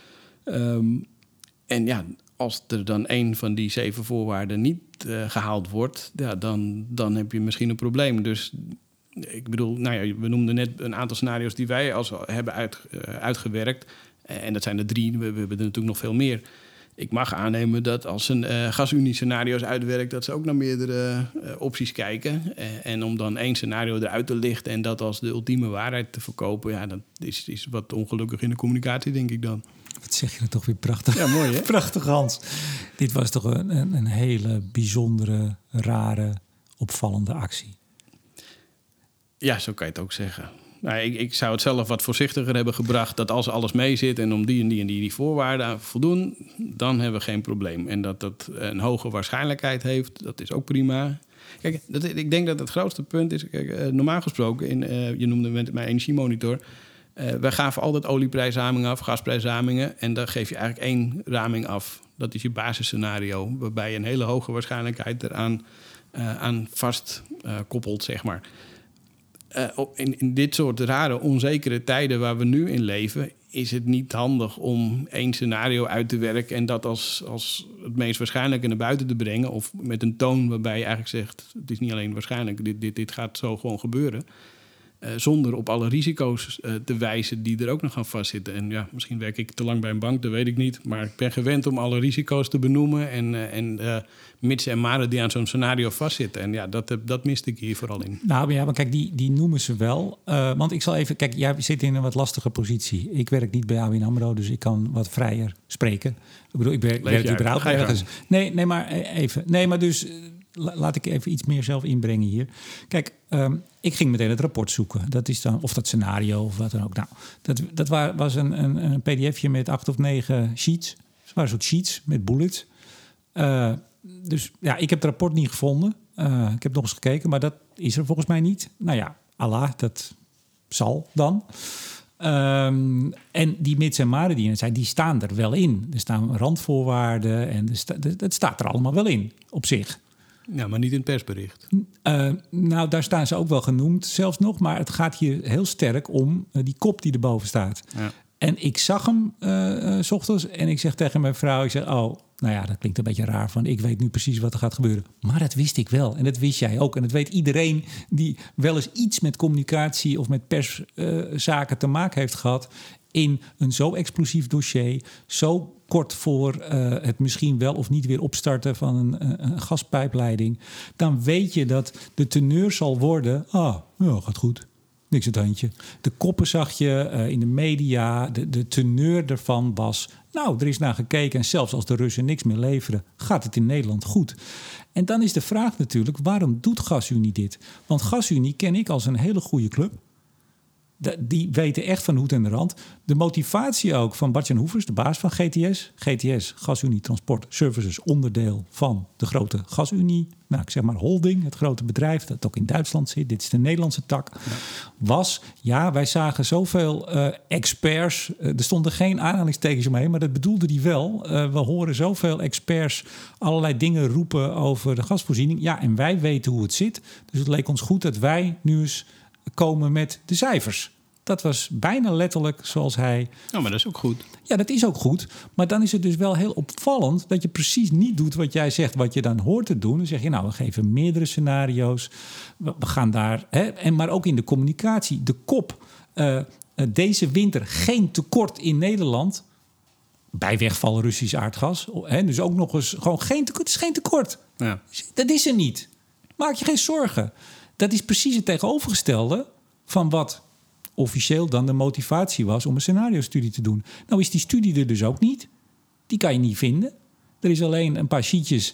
En ja, als er dan 1 van die 7 voorwaarden niet gehaald wordt... Ja, dan heb je misschien een probleem. Dus ik bedoel, nou ja, we noemden net een aantal scenario's die wij hebben uitgewerkt. En dat zijn er 3, we hebben er natuurlijk nog veel meer... Ik mag aannemen dat als een GasUnie-scenario's uitwerkt... dat ze ook naar meerdere opties kijken. En om dan 1 scenario eruit te lichten... en dat als de ultieme waarheid te verkopen... ja, dat is wat ongelukkig in de communicatie, denk ik dan. Wat zeg je dat toch weer prachtig. Ja, mooi, hè? Prachtig, Hans. Dit was toch een hele bijzondere, rare, opvallende actie. Ja, zo kan je het ook zeggen. Nou, ik zou het zelf wat voorzichtiger hebben gebracht... dat als alles mee zit en om die en die voorwaarden voldoen... dan hebben we geen probleem. En dat een hoge waarschijnlijkheid heeft, dat is ook prima. Kijk, ik denk dat het grootste punt is... Kijk, normaal gesproken, je noemde met mijn energiemonitor... wij gaven altijd olieprijsramingen af, gasprijsramingen... en dan geef je eigenlijk 1 raming af. Dat is je basisscenario... waarbij je een hele hoge waarschijnlijkheid eraan aan vast koppelt, zeg maar... In dit soort rare, onzekere tijden waar we nu in leven... is het niet handig om 1 scenario uit te werken... en dat als het meest waarschijnlijke naar buiten te brengen... of met een toon waarbij je eigenlijk zegt... het is niet alleen waarschijnlijk, dit gaat zo gewoon gebeuren... zonder op alle risico's te wijzen die er ook nog gaan vastzitten. En ja, misschien werk ik te lang bij een bank, dat weet ik niet. Maar ik ben gewend om alle risico's te benoemen... en mitsen en maren die aan zo'n scenario vastzitten. En ja, dat miste ik hier vooral in. Nou ja, maar kijk, die noemen ze wel. Want ik zal even... Kijk, jij zit in een wat lastige positie. Ik werk niet bij ABN AMRO, dus ik kan wat vrijer spreken. Ik bedoel, ik werk überhaupt ergens. Nee, maar even. Nee, maar dus... Laat ik even iets meer zelf inbrengen hier. Kijk, ik ging meteen het rapport zoeken. Dat is dan, of dat scenario of wat dan ook. Nou, dat was een pdfje met 8 of 9 sheets. Het waren soort sheets met bullets. Dus ja, ik heb het rapport niet gevonden. Ik heb nog eens gekeken, maar dat is er volgens mij niet. Nou ja, Allah, dat zal dan. En die mits en maren die in het zijn, die staan er wel in. Er staan randvoorwaarden en dat staat er allemaal wel in, op zich. Ja, maar niet in het persbericht. Nou, daar staan ze ook wel genoemd zelfs nog. Maar het gaat hier heel sterk om die kop die erboven staat. Ja. En ik zag hem 's ochtends en ik zeg tegen mijn vrouw... ik zeg, oh, nou ja, dat klinkt een beetje raar van... ik weet nu precies wat er gaat gebeuren. Maar dat wist ik wel en dat wist jij ook. En dat weet iedereen die wel eens iets met communicatie... of met perszaken te maken heeft gehad... in een zo explosief dossier... zo kort voor het misschien wel of niet weer opstarten van een gaspijpleiding... dan weet je dat de teneur zal worden... ja, gaat goed. Niks het handje. De koppen zag je in de media. De teneur ervan was... Nou, er is naar gekeken en zelfs als de Russen niks meer leveren... gaat het in Nederland goed. En dan is de vraag natuurlijk... waarom doet GasUnie dit? Want GasUnie ken ik als een hele goede club. Die weten echt van hoed en de rand. De motivatie ook van Bart-Jan Hoevers, de baas van GTS. GTS, GasUnie Transport Services, onderdeel van de grote GasUnie. Nou, ik zeg maar holding, het grote bedrijf dat ook in Duitsland zit. Dit is de Nederlandse tak. Ja. Wij zagen zoveel experts. Er stonden geen aanhalingstekens omheen, maar dat bedoelde die wel. We horen zoveel experts allerlei dingen roepen over de gasvoorziening. Ja, en wij weten hoe het zit. Dus het leek ons goed dat wij nu eens komen met de cijfers. Dat was bijna letterlijk zoals hij... Ja, maar dat is ook goed. Ja, dat is ook goed. Maar dan is het dus wel heel opvallend... dat je precies niet doet wat jij zegt, wat je dan hoort te doen. Dan zeg je, nou, we geven meerdere scenario's. We gaan daar... maar ook in de communicatie. De kop, deze winter geen tekort in Nederland... bij wegval Russisch aardgas. Dus ook nog eens gewoon geen tekort. Het is geen tekort. Ja. Dat is er niet. Maak je geen zorgen. Dat is precies het tegenovergestelde van wat officieel dan de motivatie was om een scenario-studie te doen. Nou is die studie er dus ook niet. Die kan je niet vinden. Er is alleen een paar sheetjes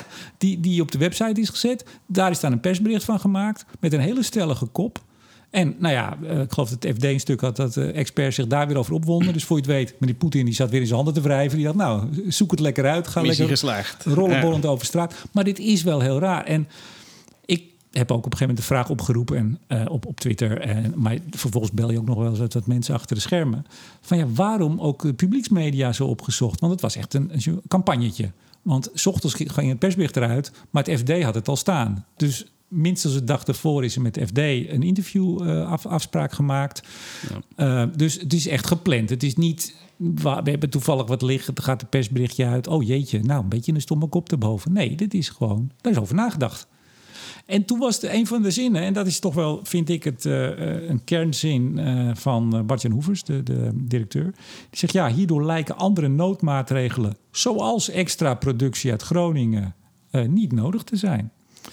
die op de website is gezet. Daar is dan een persbericht van gemaakt met een hele stellige kop. En nou ja, ik geloof dat het FD een stuk had dat de experts zich daar weer over opwonden. Dus voor je het weet, meneer Poetin die zat weer in zijn handen te wrijven. Die dacht, nou, zoek het lekker uit. Ga missie lekker geslaagd. Rollenbollend over straat. Maar dit is wel heel raar. En ik heb ook op een gegeven moment de vraag opgeroepen op Twitter. Maar vervolgens bel je ook nog wel eens wat mensen achter de schermen. Van ja, waarom ook de publieksmedia zo opgezocht? Want het was echt een campagnetje. Want 's ochtends ging het persbericht eruit, maar het FD had het al staan. Dus minstens de dag ervoor is er met FD een interviewafspraak gemaakt. Ja. Dus het is echt gepland. Het is niet, we hebben toevallig wat liggen, dan gaat het persberichtje uit. Oh jeetje, nou een beetje een stomme kop erboven. Nee, dit is gewoon, daar is over nagedacht. En toen was het een van de zinnen, en dat is toch wel, vind ik het, een kernzin van Bart-Jan Hoevers, de directeur. Die zegt, ja, hierdoor lijken andere noodmaatregelen, zoals extra productie uit Groningen, niet nodig te zijn.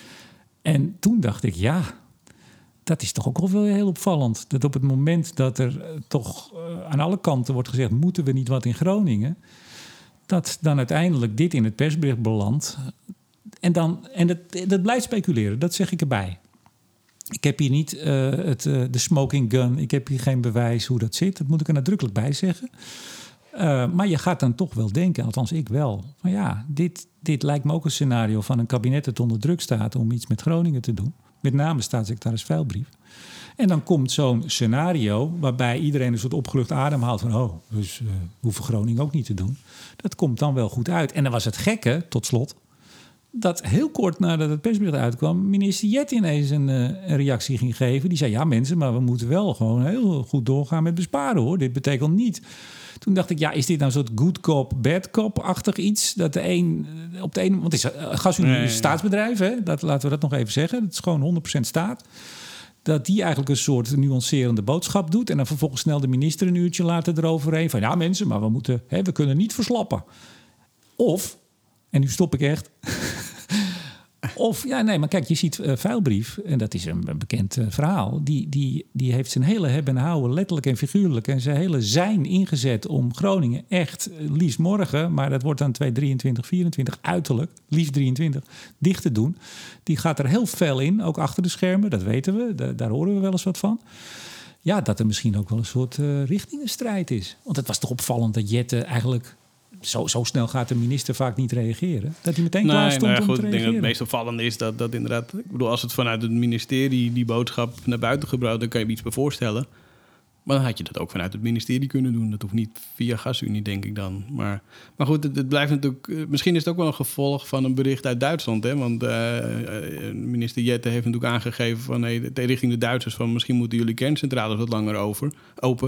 En toen dacht ik, ja, dat is toch ook wel heel opvallend. Dat op het moment dat er toch aan alle kanten wordt gezegd, moeten we niet wat in Groningen, dat dan uiteindelijk dit in het persbericht belandt. En dat blijft speculeren, dat zeg ik erbij. Ik heb hier niet de smoking gun, ik heb hier geen bewijs hoe dat zit. Dat moet ik er nadrukkelijk bij zeggen. Maar je gaat dan toch wel denken, althans ik wel, van ja, dit lijkt me ook een scenario van een kabinet dat onder druk staat om iets met Groningen te doen. Met name staatssecretaris Veilbrief. En dan komt zo'n scenario waarbij iedereen een soort opgelucht adem haalt van dus hoeven Groningen ook niet te doen. Dat komt dan wel goed uit. En dan was het gekke, tot slot, dat heel kort nadat het persbericht uitkwam, minister Jet ineens een reactie ging geven. Die zei, ja mensen, maar we moeten wel gewoon heel goed doorgaan met besparen hoor. Dit betekent niet. Toen dacht ik, ja, is dit nou een soort good cop, bad cop-achtig iets? Dat de een op de een, want het is GasUnie is een staatsbedrijf, hè? Laten we dat nog even zeggen. Het is gewoon 100% staat. Dat die eigenlijk een soort nuancerende boodschap doet. En dan vervolgens snel de minister een uurtje later eroverheen. Van ja mensen, maar we kunnen niet verslappen. Of, en nu stop ik echt. Of, ja, nee, maar kijk, je ziet Veilbrief, en dat is een bekend verhaal. Die heeft zijn hele hebben en houden, letterlijk en figuurlijk, en zijn hele zijn ingezet om Groningen echt liefst morgen, maar dat wordt dan 2023, 24 uiterlijk, liefst 23, dicht te doen. Die gaat er heel fel in, ook achter de schermen, dat weten we, daar horen we wel eens wat van. Ja, dat er misschien ook wel een soort richtingenstrijd is. Want het was toch opvallend dat Jette eigenlijk, Zo snel gaat de minister vaak niet reageren. Dat hij meteen klaar stond om te reageren. Ik denk dat het meest opvallende is dat inderdaad, ik bedoel, als het vanuit het ministerie die boodschap naar buiten gebracht, dan kan je me iets bij voorstellen. Maar dan had je dat ook vanuit het ministerie kunnen doen. Dat hoeft niet via GasUnie, denk ik dan. Maar goed, het blijft natuurlijk, misschien is het ook wel een gevolg van een bericht uit Duitsland. Hè? Want minister Jette heeft natuurlijk aangegeven van richting de Duitsers van misschien moeten jullie kerncentrales wat langer open.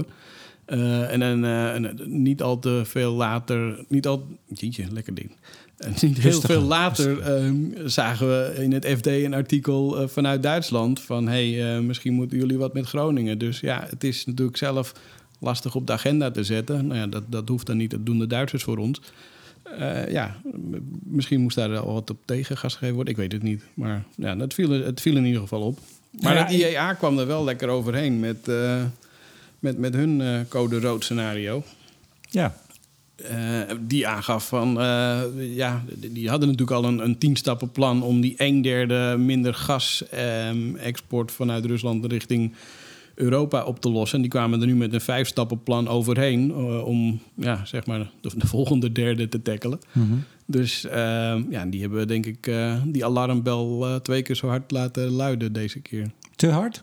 En niet al te veel later, lekker ding. Niet heel veel later zagen we in het FD een artikel vanuit Duitsland van misschien moeten jullie wat met Groningen. Dus ja, het is natuurlijk zelf lastig op de agenda te zetten. Nou ja, dat hoeft dan niet, dat doen de Duitsers voor ons. Misschien moest daar al wat op tegengas gegeven worden. Ik weet het niet. Maar ja, het viel in ieder geval op. Maar het IEA kwam er wel lekker overheen met hun code rood scenario. Ja. Die aangaf van... die hadden natuurlijk al een 10-stappenplan... om die 1/3 minder gas-export vanuit Rusland richting Europa op te lossen. En die kwamen er nu met een 5-stappenplan overheen... om zeg maar de volgende derde te tackelen. Mm-hmm. Dus die hebben denk ik die alarmbel 2 keer zo hard laten luiden deze keer. Te hard?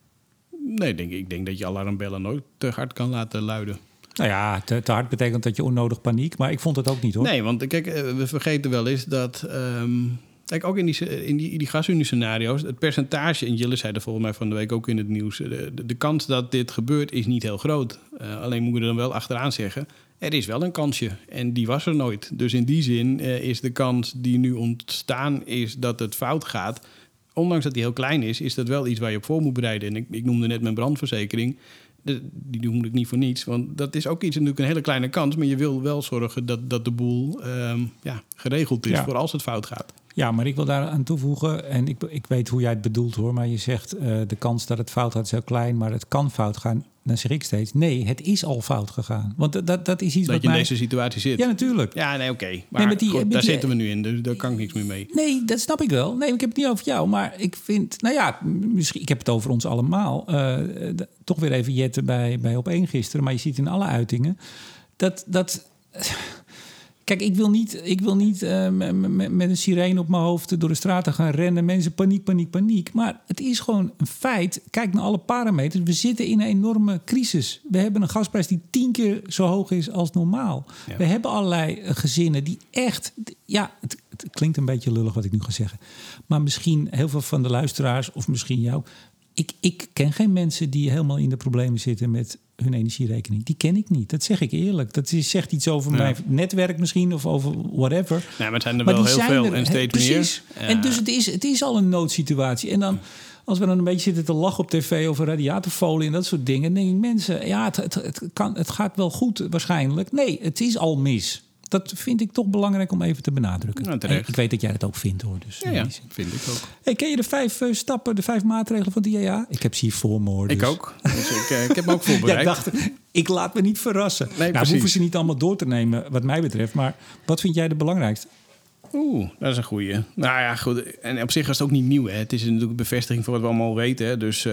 Nee, ik denk dat je alarmbellen nooit te hard kan laten luiden. Nou ja, te hard betekent dat je onnodig paniek. Maar ik vond het ook niet, hoor. Nee, want kijk, we vergeten wel eens dat... kijk, ook in die gasunie-scenario's... het percentage, en Jille zei er volgens mij van de week ook in het nieuws... de kans dat dit gebeurt is niet heel groot. Alleen moet je er dan wel achteraan zeggen... er is wel een kansje en die was er nooit. Dus in die zin is de kans die nu ontstaan is dat het fout gaat... ondanks dat die heel klein is dat wel iets waar je op voor moet bereiden. En ik noemde net mijn brandverzekering... Die noem ik niet voor niets. Want dat is ook iets, natuurlijk een hele kleine kans. Maar je wil wel zorgen dat de boel geregeld is voor als het fout gaat. Ja, maar ik wil daar aan toevoegen. En ik weet hoe jij het bedoelt, hoor. Maar je zegt de kans dat het fout gaat is heel klein. Maar het kan fout gaan. Dan zeg ik steeds, nee, het is al fout gegaan. Want dat is iets dat je in deze situatie zit. Ja, natuurlijk. Ja, nee, oké. Maar nee, daar zitten we nu in, dus daar kan ik niks meer mee. Nee, dat snap ik wel. Nee, ik heb het niet over jou. Maar ik vind, misschien, ik heb het over ons allemaal. Toch weer even jetten bij Op1 gisteren. Maar je ziet in alle uitingen dat kijk, ik wil niet met een sirene op mijn hoofd door de straten gaan rennen. Mensen, paniek. Maar het is gewoon een feit. Kijk naar alle parameters. We zitten in een enorme crisis. We hebben een gasprijs die 10 keer zo hoog is als normaal. Ja. We hebben allerlei gezinnen die echt... Ja, het klinkt een beetje lullig wat ik nu ga zeggen. Maar misschien heel veel van de luisteraars, of misschien jou... Ik ken geen mensen die helemaal in de problemen zitten met hun energierekening. Die ken ik niet. Dat zeg ik eerlijk. Dat zegt iets over mijn netwerk misschien of over whatever. Ja, maar het zijn er wel heel veel en steeds precies meer. En dus het is al een noodsituatie. En dan, als we dan een beetje zitten te lachen op tv over radiatorfolie en dat soort dingen, dan denk ik, mensen, ja, het gaat wel goed waarschijnlijk. Nee, het is al mis. Dat vind ik toch belangrijk om even te benadrukken. Nou, ik weet dat jij dat ook vindt, hoor. Dus, ja, vind ik ook. Hey, ken je de 5 stappen, de 5 maatregelen van de IEA? Ik heb ze hier voor me, hoor. Dus. Ik ook. Dus ik heb me ook voorbereid. Ik dacht, ik laat me niet verrassen. Nee, we hoeven ze niet allemaal door te nemen, wat mij betreft. Maar wat vind jij de belangrijkste? Dat is een goeie. Nou ja, goed. En op zich is het ook niet nieuw. Hè. Het is natuurlijk een bevestiging van wat we allemaal weten. Hè. Dus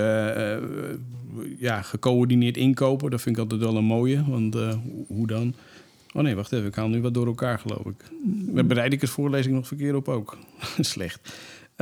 gecoördineerd inkopen, dat vind ik altijd wel een mooie. Want hoe dan? Oh nee, wacht even. Ik haal nu wat door elkaar, geloof ik. Bereid ik het voorlezing nog verkeerd op ook? Slecht.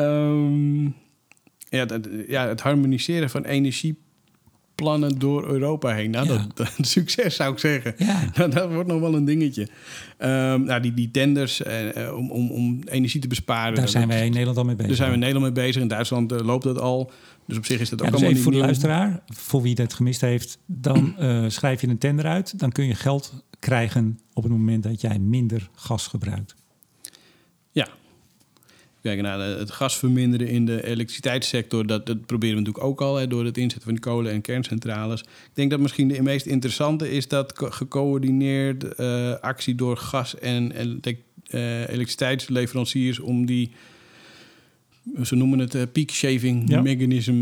Het harmoniseren van energieplannen door Europa heen. Nou, dat succes zou ik zeggen. Ja. Dat wordt nog wel een dingetje. Die tenders om energie te besparen. Daar zijn wij in Nederland al mee bezig. Daar zijn we in Nederland mee bezig. In Duitsland loopt dat al. Dus op zich is dat ook dus allemaal niet voor de nieuw. luisteraar, voor wie het gemist heeft, dan schrijf je een tender uit. Dan kun je geld krijgen op het moment dat jij minder gas gebruikt. Ja. Kijk, het gas verminderen in de elektriciteitssector, dat proberen we natuurlijk ook al, hè, door het inzetten van kolen- en kerncentrales. Ik denk dat misschien de meest interessante is dat gecoördineerd actie door gas- en elektriciteitsleveranciers om die, ze noemen het peak shaving mechanism.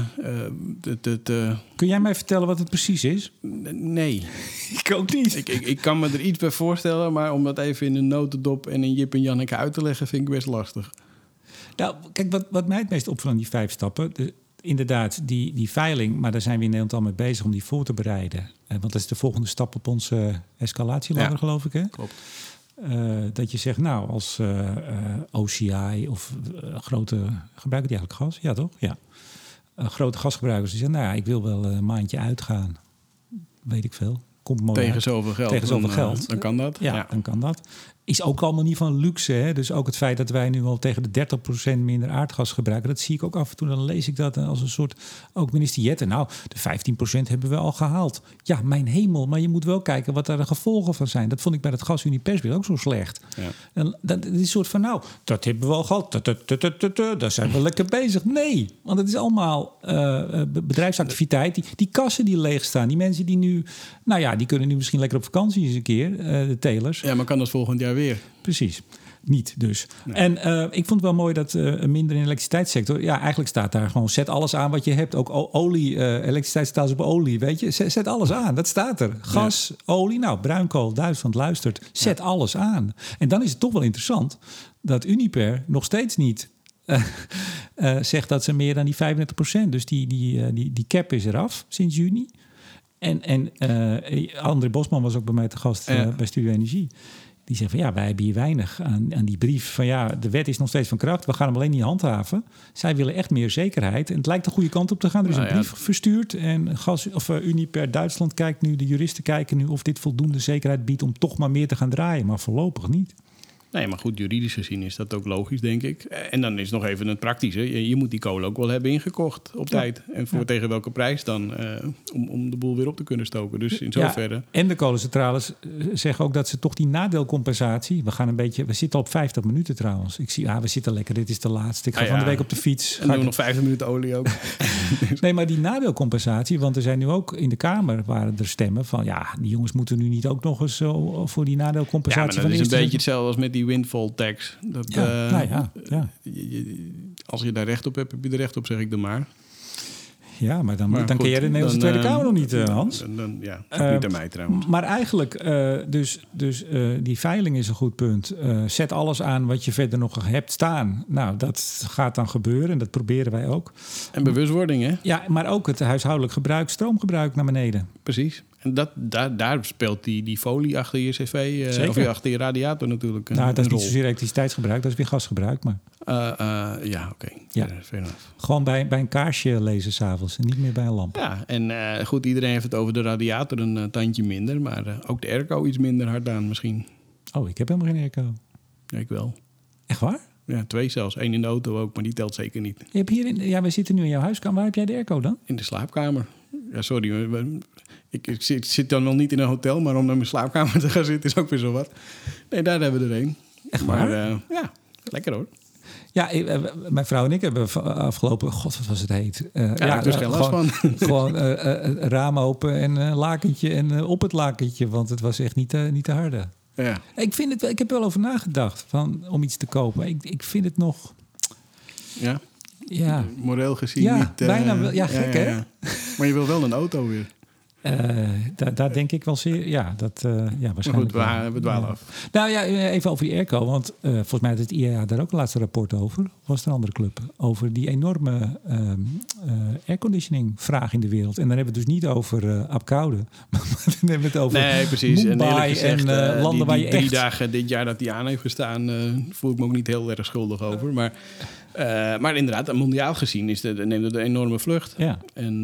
Kun jij mij vertellen wat het precies is? Nee. Ik ook niet. Ik kan me er iets bij voorstellen, maar om dat even in een notendop en in Jip en Janneke uit te leggen, vind ik best lastig. Nou, kijk, wat mij het meest opvalt aan die 5 stappen, inderdaad, die veiling, maar daar zijn we in Nederland al mee bezig om die voor te bereiden. Want dat is de volgende stap op onze escalatieladder, geloof ik, hè? Klopt. Dat je zegt, nou, als OCI of grote... Gebruiken die eigenlijk gas? Ja, toch? Ja. Grote gasgebruikers die zeggen, nou ja, ik wil wel een maandje uitgaan. Weet ik veel. Komt mooi tegen uit. zoveel geld. Tegen zoveel geld. Dan kan dat. Ja, dan kan dat. Is ook allemaal niet van luxe. Hè? Dus ook het feit dat wij nu al tegen de 30% minder aardgas gebruiken. Dat zie ik ook af en toe. Dan lees ik dat als een soort... Ook minister Jetten. Nou, de 15% hebben we al gehaald. Ja, mijn hemel. Maar je moet wel kijken wat daar de gevolgen van zijn. Dat vond ik bij het Gasunie-persbureau ook zo slecht. Ja. En dat is een soort van, nou, dat hebben we al gehad. Daar zijn we lekker bezig. Nee, want het is allemaal bedrijfsactiviteit. Die kassen die leeg staan. Die mensen die nu... Nou ja, die kunnen nu misschien lekker op vakantie eens een keer. De telers. Ja, maar kan dat volgend jaar weer. Precies. Niet dus. Nee. En ik vond het wel mooi dat minder in de elektriciteitssector... Ja, eigenlijk staat daar gewoon... Zet alles aan wat je hebt. Ook olie, elektriciteit staat op olie, weet je. Zet alles aan, dat staat er. Gas, olie, nou, bruinkool, Duitsland luistert. Zet alles aan. En dan is het toch wel interessant... dat Uniper nog steeds niet... zegt dat ze meer dan die 35%. Dus die cap is eraf sinds juni. En André Bosman was ook bij mij te gast bij Studio Energie... Die zeggen van wij hebben hier weinig aan die brief van de wet is nog steeds van kracht. We gaan hem alleen niet handhaven. Zij willen echt meer zekerheid. En het lijkt de goede kant op te gaan. Er is een brief verstuurd en Uniper Duitsland kijkt nu, de juristen kijken nu of dit voldoende zekerheid biedt om toch maar meer te gaan draaien. Maar voorlopig niet. Nee, maar goed, juridisch gezien is dat ook logisch, denk ik. En dan is nog even het praktische. Je moet die kolen ook wel hebben ingekocht op tijd. En tegen welke prijs dan? Om de boel weer op te kunnen stoken. Dus in zoverre... Ja, en de kolencentrales zeggen ook dat ze toch die nadeelcompensatie... We zitten al op 50 minuten trouwens. Ik zie, we zitten lekker, dit is de laatste. Ik ga van de week op de fiets. En doen we nog 50 minuten olie ook. Nee, maar die nadeelcompensatie... want er zijn nu ook in de Kamer waren er stemmen van... die jongens moeten nu niet ook nog eens zo voor die nadeelcompensatie... Ja, maar dat is een beetje hetzelfde als met die windfall tax. Als je daar recht op hebt, heb je er recht op, zeg ik dan maar. Ja, maar dan ken jij de Nederlandse Tweede Kamer nog niet, Hans. Niet aan mij trouwens. Maar eigenlijk, die veiling is een goed punt. Zet alles aan wat je verder nog hebt staan. Nou, dat gaat dan gebeuren en dat proberen wij ook. En bewustwording, hè? Ja, maar ook het huishoudelijk gebruik, stroomgebruik naar beneden. Precies. En daar speelt die folie achter je cv, of achter je radiator natuurlijk een dat is rol. niet zozeer elektriciteitsgebruik, dat is weer gasgebruik. Maar... Oké. Ja. Gewoon bij een kaarsje lezen 's avonds en niet meer bij een lamp. Ja, en goed, iedereen heeft het over de radiator een tandje minder. Maar ook de airco iets minder hard aan misschien. Oh, ik heb helemaal geen airco. Ja, ik wel. Echt waar? Ja, 2 zelfs. 1 in de auto ook, maar die telt zeker niet. Je hebt we zitten nu in jouw huiskamer. Waar heb jij de airco dan? In de slaapkamer. Ja, sorry. Ik zit dan wel niet in een hotel, maar om naar mijn slaapkamer te gaan zitten is ook weer zo wat. Nee, daar hebben we er een. Echt waar? Maar ja, lekker hoor. Ja, mijn vrouw en ik hebben afgelopen... God, wat was het heet. Dus geen last van. Gewoon raam open en lakentje en op het lakentje. Want het was echt niet te harde. Ja. Ik heb wel over nagedacht om iets te kopen. Ik vind het nog... Ja? Ja. Moreel gezien niet... bijna wel. Ja, gek hè? Maar je wil wel een auto weer. Daar denk ik wel zeer... Ja, waarschijnlijk. Maar goed, we dwalen af. Nou ja, even over die airco. Want volgens mij had het IEA daar ook een laatste rapport over. Was er een andere club? Over die enorme airconditioning vraag in de wereld. En dan hebben we het dus niet over Apkoude. Maar dan hebben we het over precies. Mumbai en landen waar je echt... 3 dagen dit jaar dat die aan heeft gestaan... voel ik me ook niet heel erg schuldig over. Maar inderdaad, mondiaal gezien neemt het een enorme vlucht. Ja. En...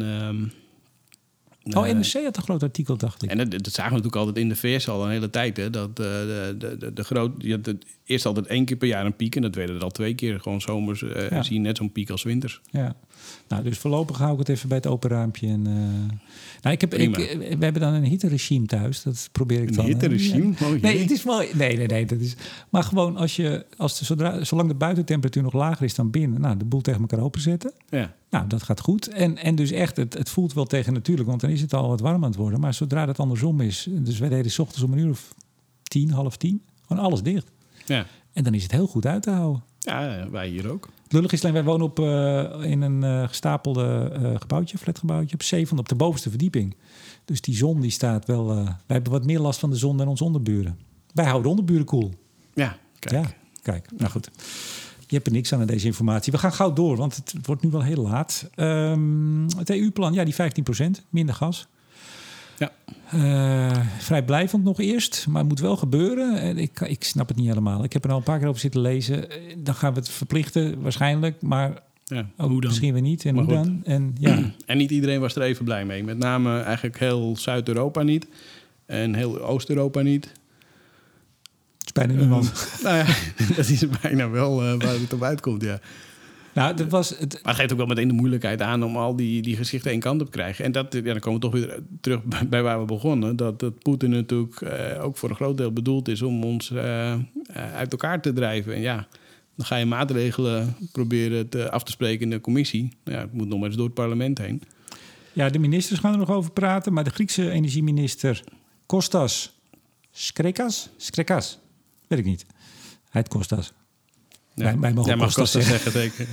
NRC had een groot artikel, dacht ik. En dat zagen we natuurlijk altijd in de VS al een hele tijd. Hè, dat je had eerst altijd 1 keer per jaar een piek. En dat werden er al 2 keer. Gewoon zomers zie je net zo'n piek als winters. Ja. Nou, dus voorlopig hou ik het even bij het open raampje. En, we hebben dan een hitteregime thuis. Dat probeer ik dan. Een hitteregime? Nee, het is mooi. Nee. Dat is, maar gewoon zolang de buitentemperatuur nog lager is dan binnen... Nou, de boel tegen elkaar openzetten. Ja. Nou, dat gaat goed. En dus echt, het voelt wel tegen natuurlijk, want dan is het al wat warm aan het worden. Maar zodra het andersom is, dus wij deden 's ochtends om 9:30, 9:30, gewoon alles dicht. Ja. En dan is het heel goed uit te houden. Ja, wij hier ook. Lullig is alleen, wij wonen in een gestapelde flatgebouwtje, op 7e, op de bovenste verdieping. Dus die zon die staat wel... wij hebben wat meer last van de zon dan onze onderburen. Wij houden de onderburen koel. Ja, kijk. Ja, kijk. Nou goed. Je hebt er niks aan deze informatie. We gaan gauw door, want het wordt nu wel heel laat. Het EU-plan, ja, die 15%, minder gas. Ja. Vrijblijvend nog eerst, maar het moet wel gebeuren. Ik snap het niet helemaal. Ik heb er al een paar keer over zitten lezen. Dan gaan we het verplichten, waarschijnlijk. Maar ook hoe dan? Misschien weer niet. En maar hoe dan? En niet iedereen was er even blij mee. Met name eigenlijk heel Zuid-Europa niet. En heel Oost-Europa niet. Het is bijna niemand. Nou ja, dat is bijna wel waar het op uitkomt, ja. Nou, dat was het... Maar het geeft ook wel meteen de moeilijkheid aan om al die gezichten één kant op te krijgen. En dan komen we toch weer terug bij waar we begonnen. Dat Poetin natuurlijk ook voor een groot deel bedoeld is om ons uit elkaar te drijven. En ja, dan ga je maatregelen proberen af te spreken in de commissie. Nou ja, het moet nog maar eens door het parlement heen. Ja, de ministers gaan er nog over praten. Maar de Griekse energieminister Kostas Skrekas, weet Weet ik niet. Hij het Kostas. Ja. Wij mogen mag Kostas zeggen, zeker.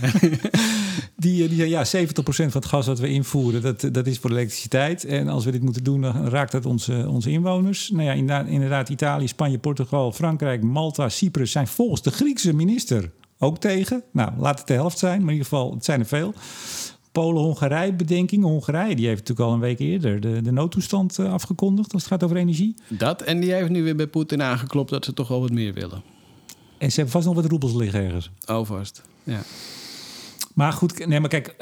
Die zei, ja, 70% van het gas dat we invoeren, dat is voor de elektriciteit. En als we dit moeten doen, dan raakt dat onze inwoners. Nou ja, inderdaad, Italië, Spanje, Portugal, Frankrijk, Malta, Cyprus zijn volgens de Griekse minister ook tegen. Nou, laat het de helft zijn, maar in ieder geval, het zijn er veel. Polen, Hongarije, bedenkingen. Hongarije, die heeft natuurlijk al een week eerder de noodtoestand afgekondigd als het gaat over energie. Dat, en die heeft nu weer bij Poetin aangeklopt dat ze toch wel wat meer willen. En ze hebben vast nog wat roebels liggen ergens. Oh, vast. Ja. Maar goed, nee, maar kijk,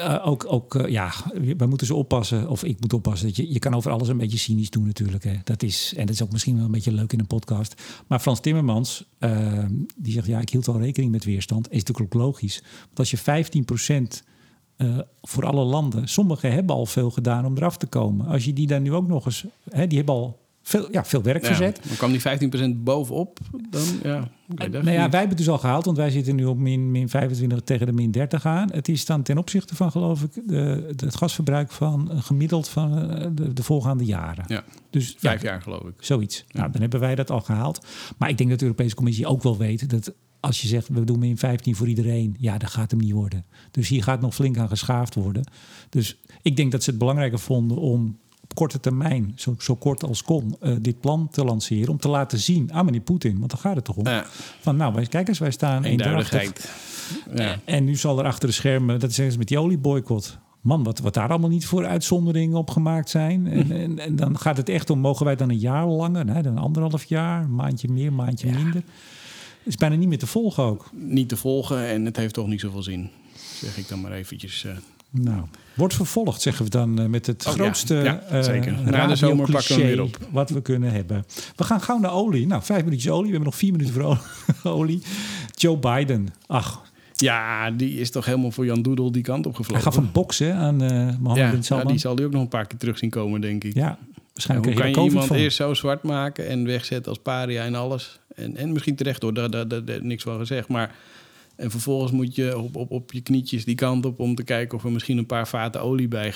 we moeten ze oppassen. Of ik moet oppassen. Dat je kan over alles een beetje cynisch doen natuurlijk. Hè. Dat is ook misschien wel een beetje leuk in een podcast. Maar Frans Timmermans, die zegt, ja, ik hield al rekening met weerstand. Is natuurlijk ook logisch. Want als je 15% voor alle landen, sommigen hebben al veel gedaan om eraf te komen. Als je die dan nu ook nog eens, die hebben al veel werk verzet. Dan kwam die 15% bovenop. Dan, wij hebben het dus al gehaald, want wij zitten nu op min 25 tegen de min 30 aan. Het is dan ten opzichte van, geloof ik, het gasverbruik van gemiddeld van de voorgaande jaren. Ja, dus 5 jaar geloof ik. Zoiets. Ja. Nou, dan hebben wij dat al gehaald. Maar ik denk dat de Europese Commissie ook wel weet dat als je zegt, we doen min 15 voor iedereen, ja, dat gaat hem niet worden. Dus hier gaat nog flink aan geschaafd worden. Dus ik denk dat ze het belangrijker vonden om op korte termijn, zo kort als kon, dit plan te lanceren. Om te laten zien aan meneer Poetin, want daar gaat het toch om. Ja. Van nou, kijk eens, wij staan eenduidigheid. Ja. En nu zal er achter de schermen, dat zeggen ze met die olieboycott. Man, wat daar allemaal niet voor uitzonderingen op gemaakt zijn. En dan gaat het echt om, mogen wij dan een jaar langer? Nee, dan 1,5 jaar, een maandje meer, maandje minder. Is bijna niet meer te volgen ook. Niet te volgen en het heeft toch niet zoveel zin. Zeg ik dan maar eventjes. Nou, wordt vervolgd, zeggen we dan, met het grootste zeker. Na de zomer pakken we weer op. Wat we kunnen hebben. We gaan gauw naar olie. Nou, 5 minuutjes olie. We hebben nog 4 minuten voor olie. Joe Biden. Ach. Ja, die is toch helemaal voor Jan Doedel die kant op gevlogen. Hij gaf een boksen aan Mohammed bin Salman. Ja, die zal hij ook nog een paar keer terug zien komen, denk ik. Ja, waarschijnlijk hoe kan je iemand eerst zo zwart maken en wegzetten als paria en alles? En misschien terecht hoor, daar niks van gezegd. Maar en vervolgens moet je op je knietjes die kant op om te kijken of er misschien een paar vaten olie bij.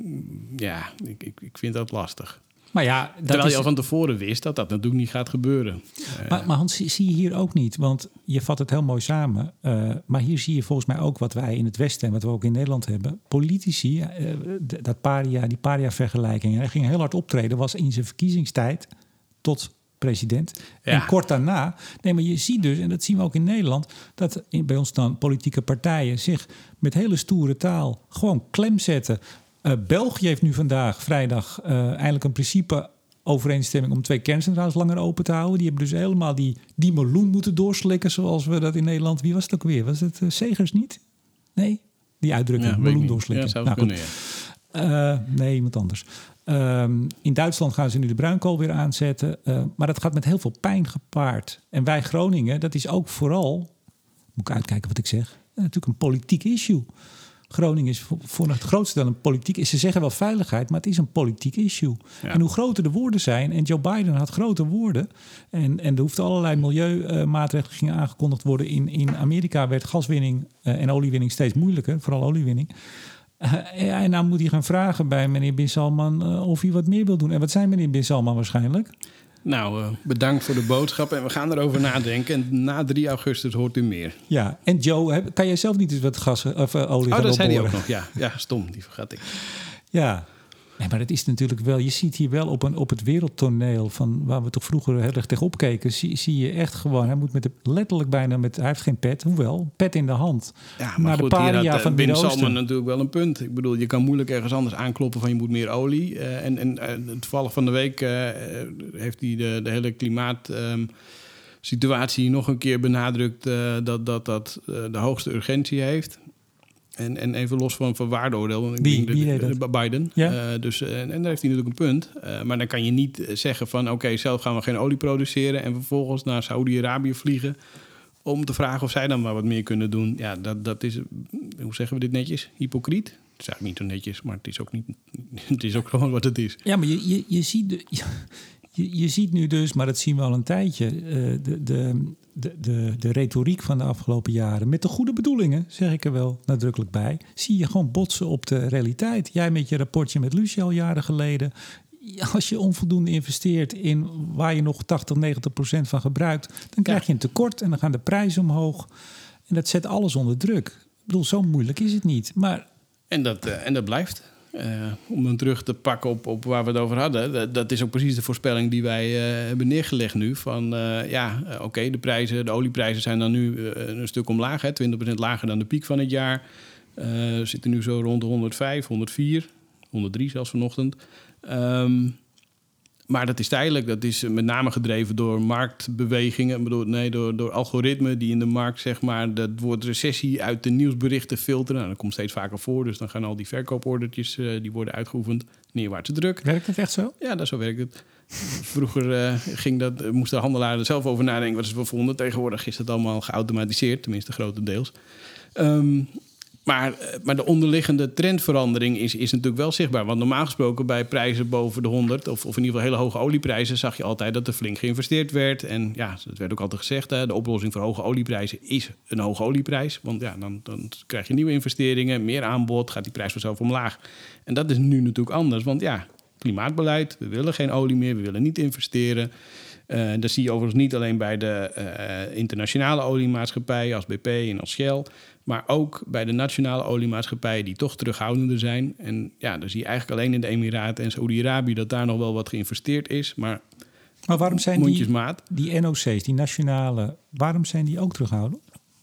Ja, ik vind dat lastig. Maar ja, terwijl je al van tevoren wist dat natuurlijk niet gaat gebeuren. Maar Hans, zie je hier ook niet, want je vat het heel mooi samen. Maar hier zie je volgens mij ook wat wij in het Westen en wat we ook in Nederland hebben. Politici, die paria-vergelijking, hij ging heel hard optreden, was in zijn verkiezingstijd tot president. Ja. En kort daarna, maar je ziet dus, en dat zien we ook in Nederland, dat bij ons dan politieke partijen zich met hele stoere taal gewoon klem zetten. België heeft nu vandaag, vrijdag, eindelijk een principe overeenstemming om 2 kerncentrales langer open te houden. Die hebben dus helemaal die meloen moeten doorslikken, zoals we dat in Nederland... Wie was het ook weer? Was het Segers niet? Nee? Die uitdrukking, meloen doorslikken. Ja, zou kunnen, nee, iemand anders. In Duitsland gaan ze nu de bruinkool weer aanzetten. Maar dat gaat met heel veel pijn gepaard. En wij Groningen, dat is ook vooral... Moet ik uitkijken wat ik zeg? Natuurlijk een politiek issue. Groningen is voor het grootste deel een politiek... Ze zeggen wel veiligheid, maar het is een politiek issue. Ja. En hoe groter de woorden zijn... En Joe Biden had grote woorden... En er hoefden allerlei milieumaatregelen gingen aangekondigd worden. In Amerika werd gaswinning en oliewinning steeds moeilijker. Vooral oliewinning. En nou moet hij gaan vragen bij meneer bin Salman... of hij wat meer wil doen. En wat zijn meneer bin Salman waarschijnlijk? Nou, bedankt voor de boodschap en we gaan erover nadenken. En na 3 augustus hoort u meer. Ja, en Joe, kan jij zelf niet eens wat gas of olie gaan dat zei hij ook nog, ja, stom, die vergat ik. Ja, nee, maar het is natuurlijk wel... Je ziet hier wel op het wereldtoneel... van waar we toch vroeger heel erg tegenop keken... zie je echt gewoon... Hij moet letterlijk bijna met... Hij heeft geen pet, hoewel, pet in de hand. Ja, maar goed, de paria van bin Salman natuurlijk wel een punt. Ik bedoel, je kan moeilijk ergens anders aankloppen van je moet meer olie. En toevallig van de week heeft hij de hele klimaatsituatie nog een keer benadrukt... dat de hoogste urgentie heeft... En even los van waardeoordeel. Biden. Ja. En daar heeft hij natuurlijk een punt. Maar dan kan je niet zeggen van... oké, zelf gaan we geen olie produceren... en vervolgens naar Saoedi-Arabië vliegen... om te vragen of zij dan maar wat meer kunnen doen. Ja, dat is... Hoe zeggen we dit netjes? Hypocriet? Het is eigenlijk niet zo netjes, maar het is ook niet... Het is ook gewoon wat het is. Ja, maar je ziet... Je ziet nu dus, maar dat zien we al een tijdje... De retoriek van de afgelopen jaren... met de goede bedoelingen, zeg ik er wel nadrukkelijk bij... zie je gewoon botsen op de realiteit. Jij met je rapportje met Lucie al jaren geleden... als je onvoldoende investeert in waar je nog 80-90% van gebruikt, dan krijg je een tekort en dan gaan de prijzen omhoog. En dat zet alles onder druk. Ik bedoel, zo moeilijk is het niet. Maar En dat blijft. Om dan terug te pakken op waar we het over hadden. Dat is ook precies de voorspelling die wij hebben neergelegd nu. Van de olieprijzen zijn dan nu een stuk omlaag. Hè, 20% lager dan de piek van het jaar. Zitten nu zo rond de 105, 104, 103 zelfs vanochtend. Maar dat is tijdelijk. Dat is met name gedreven door marktbewegingen. Door algoritmen die in de markt, zeg maar, dat woord recessie uit de nieuwsberichten filteren. Nou, dat komt steeds vaker voor. Dus dan gaan al die verkoopordertjes, die worden uitgeoefend, neerwaartse druk. Werkt het echt zo? Ja, zo werkt het. Vroeger moest de handelaar er zelf over nadenken wat ze wel vonden. Tegenwoordig is dat allemaal geautomatiseerd, tenminste grotendeels. Maar de onderliggende trendverandering is natuurlijk wel zichtbaar. Want normaal gesproken bij prijzen boven de 100... of in ieder geval hele hoge olieprijzen... zag je altijd dat er flink geïnvesteerd werd. En ja, dat werd ook altijd gezegd... de oplossing voor hoge olieprijzen is een hoge olieprijs. Want ja, dan krijg je nieuwe investeringen, meer aanbod... gaat die prijs vanzelf omlaag. En dat is nu natuurlijk anders. Want ja, klimaatbeleid, we willen geen olie meer... we willen niet investeren... dat zie je overigens niet alleen bij de internationale oliemaatschappijen... als BP en als Shell... maar ook bij de nationale oliemaatschappijen... die toch terughoudender zijn. En ja, dan zie je eigenlijk alleen in de Emiraten en Saoedi-Arabië... dat daar nog wel wat geïnvesteerd is. Maar waarom zijn mondjesmaat. Die NOC's, die nationale... waarom zijn die ook terughoudend?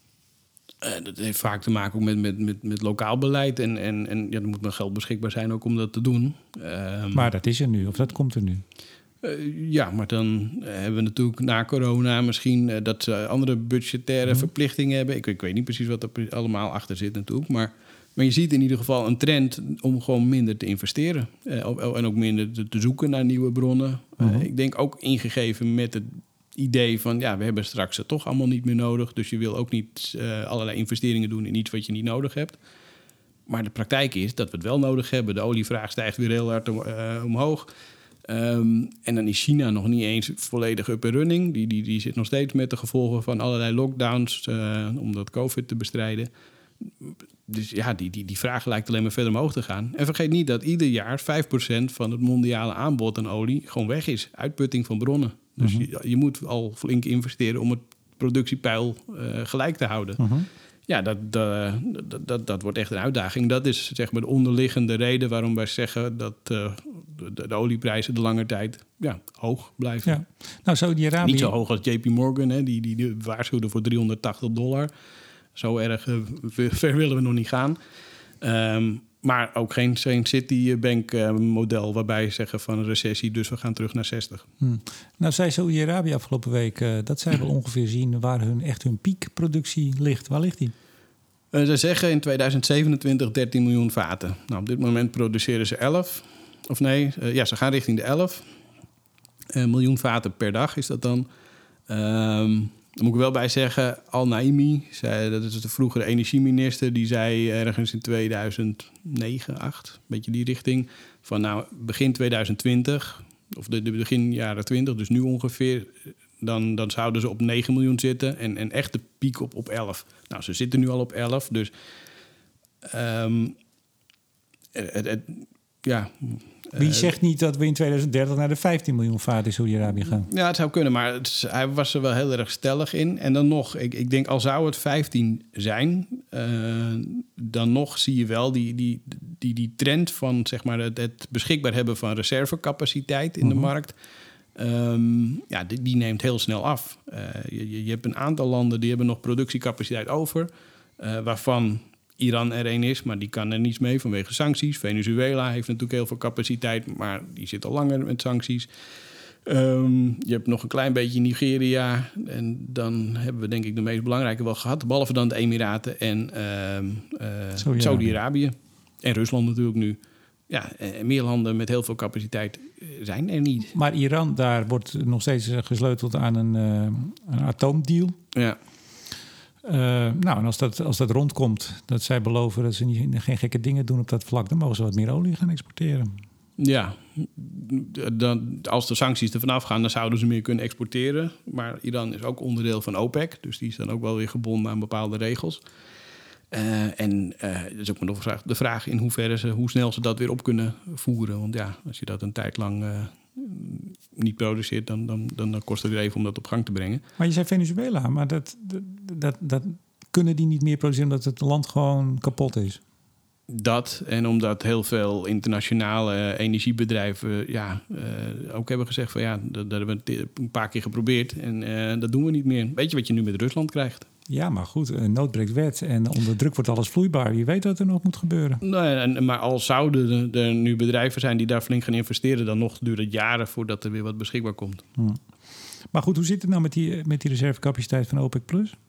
Dat heeft vaak te maken ook met lokaal beleid. En er moet maar geld beschikbaar zijn ook om dat te doen. Maar dat is er nu, of dat komt er nu? Ja, maar dan hebben we natuurlijk na corona misschien... dat ze andere budgettaire verplichtingen hebben. Ik weet niet precies wat er allemaal achter zit natuurlijk. Maar je ziet in ieder geval een trend om gewoon minder te investeren. En ook minder te zoeken naar nieuwe bronnen. Ik denk ook ingegeven met het idee van... ja, we hebben straks het toch allemaal niet meer nodig. Dus je wil ook niet allerlei investeringen doen in iets wat je niet nodig hebt. Maar de praktijk is dat we het wel nodig hebben. De olievraag stijgt weer heel hard omhoog. En dan is China nog niet eens volledig up en running. Die zit nog steeds met de gevolgen van allerlei lockdowns... om dat COVID te bestrijden. Dus ja, die vraag lijkt alleen maar verder omhoog te gaan. En vergeet niet dat ieder jaar 5% van het mondiale aanbod aan olie... gewoon weg is. Uitputting van bronnen. Dus je moet al flink investeren om het productiepeil gelijk te houden. Ja, dat wordt echt een uitdaging. Dat is zeg maar de onderliggende reden waarom wij zeggen... dat de olieprijzen de lange tijd hoog blijven. Ja. Nou, Saudi-Arabië... Niet zo hoog als JP Morgan, hè, die waarschuwde voor $380. Zo erg ver willen we nog niet gaan. Maar ook geen Citibank model waarbij ze zeggen van een recessie... dus we gaan terug naar 60. Nou, zei Saudi-Arabië afgelopen week... dat zij wel ongeveer zien waar hun piekproductie ligt. Waar ligt die? Ze zeggen in 2027 13 miljoen vaten. Nou, op dit moment produceren ze 11. Of nee, ze gaan richting de 11. Miljoen vaten per dag is dat dan. Daar moet ik wel bij zeggen, Al-Naimi, dat is de vroegere energieminister... die zei ergens in 2009, 8, een beetje die richting... van nou, begin 2020, of de begin jaren 20, dus nu ongeveer... dan zouden ze op 9 miljoen zitten en echt de piek op 11. Nou, ze zitten nu al op 11, dus... Wie zegt niet dat we in 2030 naar de 15 miljoen vaten in Saudi-Arabië gaan? Ja, het zou kunnen, maar hij was er wel heel erg stellig in. En dan nog, ik denk al zou het 15 zijn... dan nog zie je wel die trend van zeg maar, het beschikbaar hebben van reservecapaciteit in de markt... die neemt heel snel af. Je hebt een aantal landen die hebben nog productiecapaciteit over... waarvan Iran er een is, maar die kan er niets mee vanwege sancties. Venezuela heeft natuurlijk heel veel capaciteit... maar die zit al langer met sancties. Je hebt nog een klein beetje Nigeria... en dan hebben we denk ik de meest belangrijke wel gehad... behalve dan de Emiraten en Saudi-Arabië. En Rusland natuurlijk nu. Ja, meer landen met heel veel capaciteit zijn er niet. Maar Iran, daar wordt nog steeds gesleuteld aan een atoomdeal. Ja. En als dat rondkomt, dat zij beloven dat ze geen gekke dingen doen op dat vlak... dan mogen ze wat meer olie gaan exporteren. Ja, als de sancties er vanaf gaan, dan zouden ze meer kunnen exporteren. Maar Iran is ook onderdeel van OPEC, dus die is dan ook wel weer gebonden aan bepaalde regels. Dat is ook maar nog de vraag in hoeverre hoe snel ze dat weer op kunnen voeren. Want ja, als je dat een tijd lang niet produceert, dan kost het weer even om dat op gang te brengen. Maar je zei Venezuela, maar dat kunnen die niet meer produceren omdat het land gewoon kapot is? Dat en omdat heel veel internationale energiebedrijven ook hebben gezegd van dat hebben we een paar keer geprobeerd en dat doen we niet meer. Weet je wat je nu met Rusland krijgt? Ja, maar goed, nood breekt wet en onder druk wordt alles vloeibaar. Je weet wat er nog moet gebeuren. Nee, maar al zouden er nu bedrijven zijn die daar flink gaan investeren, dan nog duurt het jaren voordat er weer wat beschikbaar komt. Maar goed, hoe zit het nou met die reservecapaciteit van OPEC+?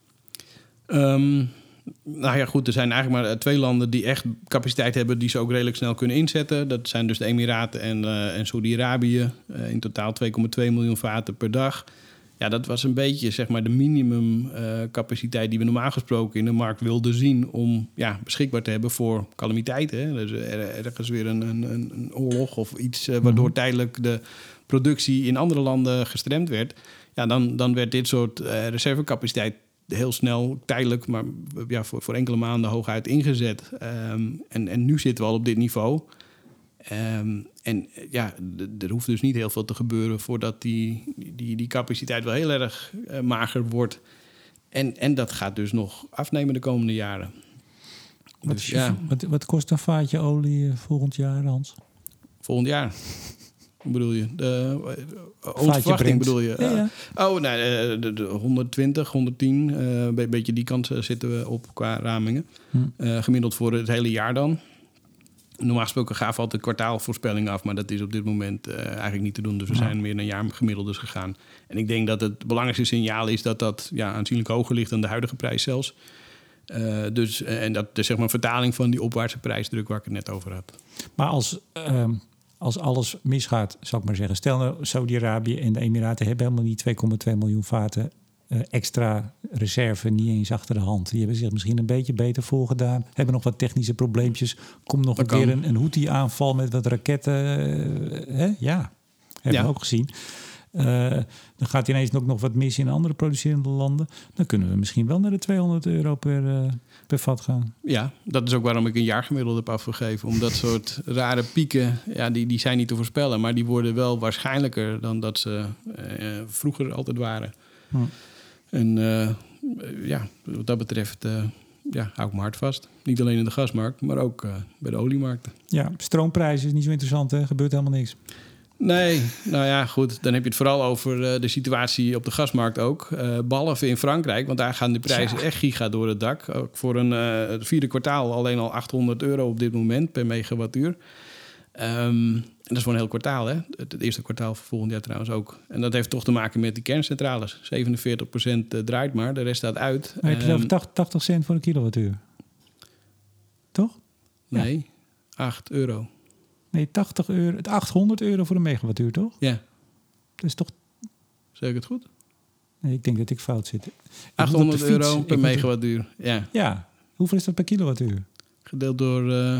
Nou ja, goed, er zijn eigenlijk maar 2 landen die echt capaciteit hebben die ze ook redelijk snel kunnen inzetten. Dat zijn dus de Emiraten en Saudi-Arabië. In totaal 2,2 miljoen vaten per dag. Ja, dat was een beetje zeg maar de minimumcapaciteit die we normaal gesproken in de markt wilden zien om beschikbaar te hebben voor calamiteiten. Hè. Dus ergens weer een oorlog of iets waardoor tijdelijk de productie in andere landen gestremd werd. Ja, dan werd dit soort reservecapaciteit heel snel, tijdelijk, maar voor enkele maanden hooguit ingezet. En nu zitten we al op dit niveau. Er hoeft dus niet heel veel te gebeuren voordat die capaciteit wel heel erg mager wordt. En dat gaat dus nog afnemen de komende jaren. Wat kost een vaatje olie volgend jaar, Hans? Volgend jaar? Hoe bedoel je? Onze verwachting bedoel je? Ja. De 120, 110. Een beetje die kant zitten we op qua ramingen. Gemiddeld voor het hele jaar dan. Normaal gesproken gaven we altijd kwartaalvoorspellingen af, maar dat is op dit moment eigenlijk niet te doen. Dus we zijn meer een jaar gemiddeld dus gegaan. En ik denk dat het belangrijkste signaal is dat aanzienlijk hoger ligt dan de huidige prijs zelfs. En dat is zeg maar een vertaling van die opwaartse prijsdruk waar ik het net over had. Maar als alles misgaat, zou ik maar zeggen. Stel nou, Saudi-Arabië en de Emiraten hebben helemaal niet 2,2 miljoen vaten extra reserve niet eens achter de hand. Die hebben zich misschien een beetje beter voorgedaan. Hebben nog wat technische probleempjes. Komt nog een keer een Houthi-aanval met wat raketten. Hebben we ook gezien. Dan gaat ineens nog wat mis in andere producerende landen. Dan kunnen we misschien wel naar de €200 per vat gaan. Ja, dat is ook waarom ik een jaargemiddelde heb afgegeven. Omdat soort rare pieken, die zijn niet te voorspellen. Maar die worden wel waarschijnlijker dan dat ze vroeger altijd waren. En wat dat betreft hou ik me hard vast. Niet alleen in de gasmarkt, maar ook bij de oliemarkten. Ja, stroomprijzen is niet zo interessant, hè? Gebeurt helemaal niks. Nee, nou ja, goed. Dan heb je het vooral over de situatie op de gasmarkt ook. Behalve in Frankrijk, want daar gaan de prijzen echt giga door het dak. Ook voor het vierde kwartaal alleen al €800 op dit moment per megawattuur. En dat is voor een heel kwartaal, hè? Het eerste kwartaal van volgend jaar trouwens ook. En dat heeft toch te maken met die kerncentrales. 47% draait maar, de rest staat uit. Maar heb je het over 80 cent voor een kilowattuur? Toch? Nee, €8. Nee, €80, €800 voor een megawattuur, toch? Ja. Dat is toch... Zeg ik het goed? Nee, ik denk dat ik fout zit. €800 per megawattuur, ja. Ja, hoeveel is dat per kilowattuur? Gedeeld door...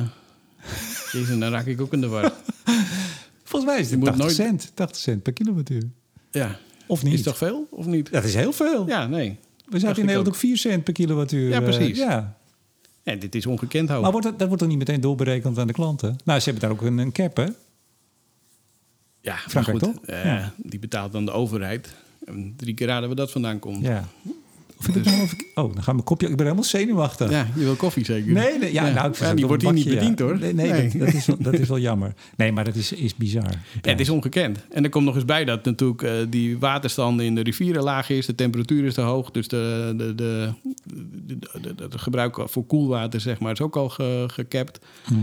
Jezus, dan raak ik ook in de war. Volgens mij is het 80 cent per kilowattuur. Ja. Of niet? Is toch veel, of niet? Dat is heel veel. Ja, nee. We zaten in Nederland ook 4 cent per kilowattuur. Ja, precies. Ja, dit is ongekend hoog. Maar dat wordt dan niet meteen doorberekend aan de klanten? Nou, ze hebben daar ook een cap, hè? Ja, Frankrijk goed. toch? Die betaalt dan de overheid. En 3 keer raden we dat vandaan komt. Ja. Dan gaat mijn kopje... Ik ben helemaal zenuwachtig. Ja, je wil koffie zeker? Nee, die wordt hier niet bediend, hoor. Nee. Dat is wel jammer. Nee, maar dat is bizar. Ja, het is ongekend. En er komt nog eens bij dat natuurlijk die waterstanden in de rivieren laag is. De temperatuur is te hoog. Dus het gebruik voor koelwater, zeg maar, is ook al gekapt.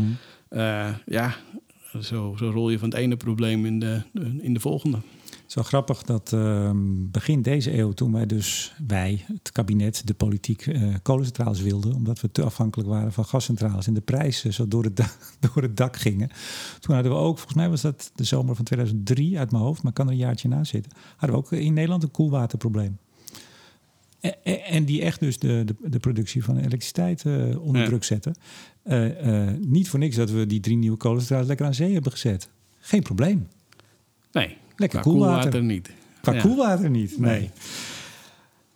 Zo rol je van het ene probleem in de volgende. Het is wel grappig dat begin deze eeuw, toen wij, het kabinet, de politiek, kolencentrales wilden, omdat we te afhankelijk waren van gascentrales en de prijzen zo door het dak gingen. Toen hadden we ook, volgens mij was dat de zomer van 2003 uit mijn hoofd, maar ik kan er een jaartje na zitten, hadden we ook in Nederland een koelwaterprobleem. En die echt dus de productie van elektriciteit onder druk zetten. Niet voor niks dat we die 3 nieuwe kolencentrales lekker aan zee hebben gezet. Geen probleem. Nee. Lekker koelwater niet. Qua koelwater niet, nee.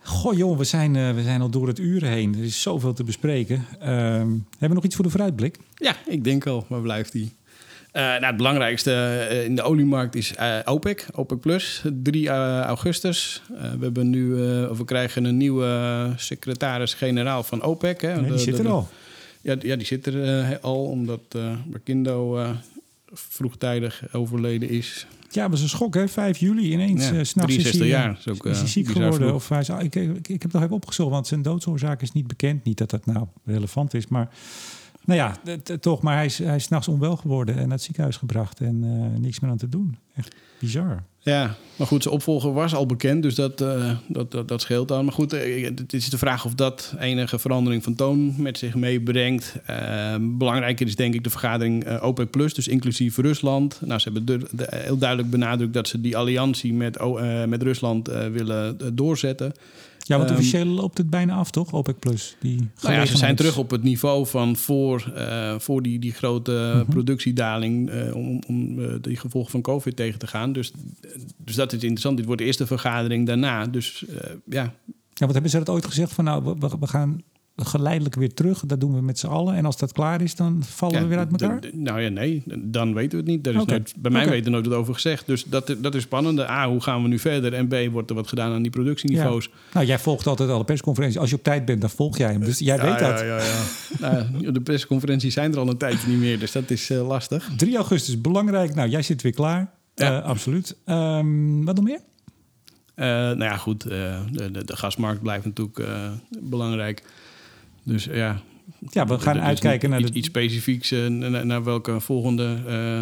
Goh joh, we zijn al door het uur heen. Er is zoveel te bespreken. Hebben we nog iets voor de vooruitblik? Ja, ik denk al. Waar blijft die? Het belangrijkste in de oliemarkt is OPEC Plus, 3 augustus. We krijgen een nieuwe secretaris-generaal van OPEC. Hè. Nee, die zit er al. Ja, die zit er al, omdat Berkindo vroegtijdig overleden is. Ja, dat was een schok, hè? 5 juli ineens. 'S'nachts 63 jaar. Is hij ziek geworden? Of ik heb nog even opgezocht, want zijn doodsoorzaak is niet bekend. Niet dat dat nou relevant is, maar... Nou ja, toch, maar hij is 's nachts onwel geworden en naar het ziekenhuis gebracht en niks meer aan te doen. Echt bizar. Ja, maar goed, zijn opvolger was al bekend, dus dat scheelt dan. Maar goed, het is de vraag of dat enige verandering van toon met zich meebrengt. Belangrijker is denk ik de vergadering OPEC Plus, dus inclusief Rusland. Nou, ze hebben heel duidelijk benadrukt dat ze die alliantie met Rusland willen doorzetten. Ja, want officieel loopt het bijna af, toch? OPEC Plus. Ze zijn terug op het niveau van voor die grote productiedaling... om die gevolgen van COVID tegen te gaan. Dus dat is interessant. Dit wordt de eerste vergadering daarna. Dus ja. Ja, wat hebben ze dat ooit gezegd? Van nou, we gaan geleidelijk weer terug. Dat doen we met z'n allen. En als dat klaar is, dan vallen we weer uit elkaar? Nee, dan weten we het niet. Bij mij weten nooit wat over gezegd. Dus dat is spannend. A, hoe gaan we nu verder? En B, wordt er wat gedaan aan die productieniveaus? Ja. Nou, jij volgt altijd alle persconferenties. Als je op tijd bent, dan volg jij hem. Dus jij weet dat. Ja. Nou, de persconferenties zijn er al een tijdje niet meer. Dus dat is lastig. 3 augustus, belangrijk. Nou, jij zit weer klaar. Ja. Absoluut. Wat nog meer? Goed. De gasmarkt blijft natuurlijk belangrijk. Dus ja... Ja, we gaan uitkijken naar iets specifieks naar welke volgende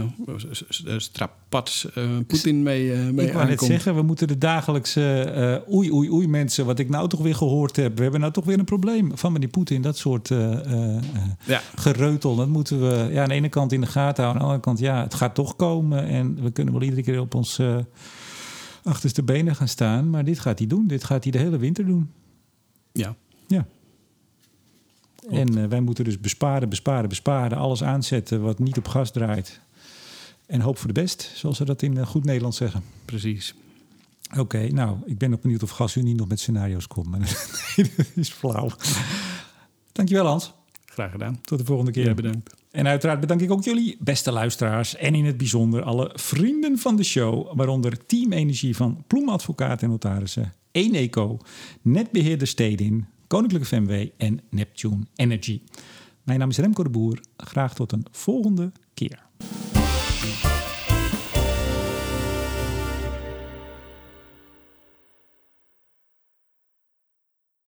strapats Poetin mee Ik wou net zeggen, we moeten de dagelijkse oei mensen, wat ik nou toch weer gehoord heb. We hebben nou toch weer een probleem van meneer Poetin. Dat soort gereutel, dat moeten we aan de ene kant in de gaten houden. Aan de andere kant, het gaat toch komen. En we kunnen wel iedere keer op ons achterste benen gaan staan. Maar dit gaat hij doen. Dit gaat hij de hele winter doen. Ja. En wij moeten dus besparen. Alles aanzetten wat niet op gas draait. En hoop voor de best, zoals ze dat in goed Nederlands zeggen. Precies. Oké, nou, ik ben ook benieuwd of GasUnie nog met scenario's komt. Maar nee, dat is flauw. Dankjewel, Hans. Graag gedaan. Tot de volgende keer. Ja, bedankt. En uiteraard bedank ik ook jullie, beste luisteraars. En in het bijzonder alle vrienden van de show. Waaronder Team Energie van Ploem Advocaat en Notarissen. Eneco, Netbeheerder Stedin, Koninklijke FMW en Neptune Energy. Mijn naam is Remco de Boer. Graag tot een volgende keer.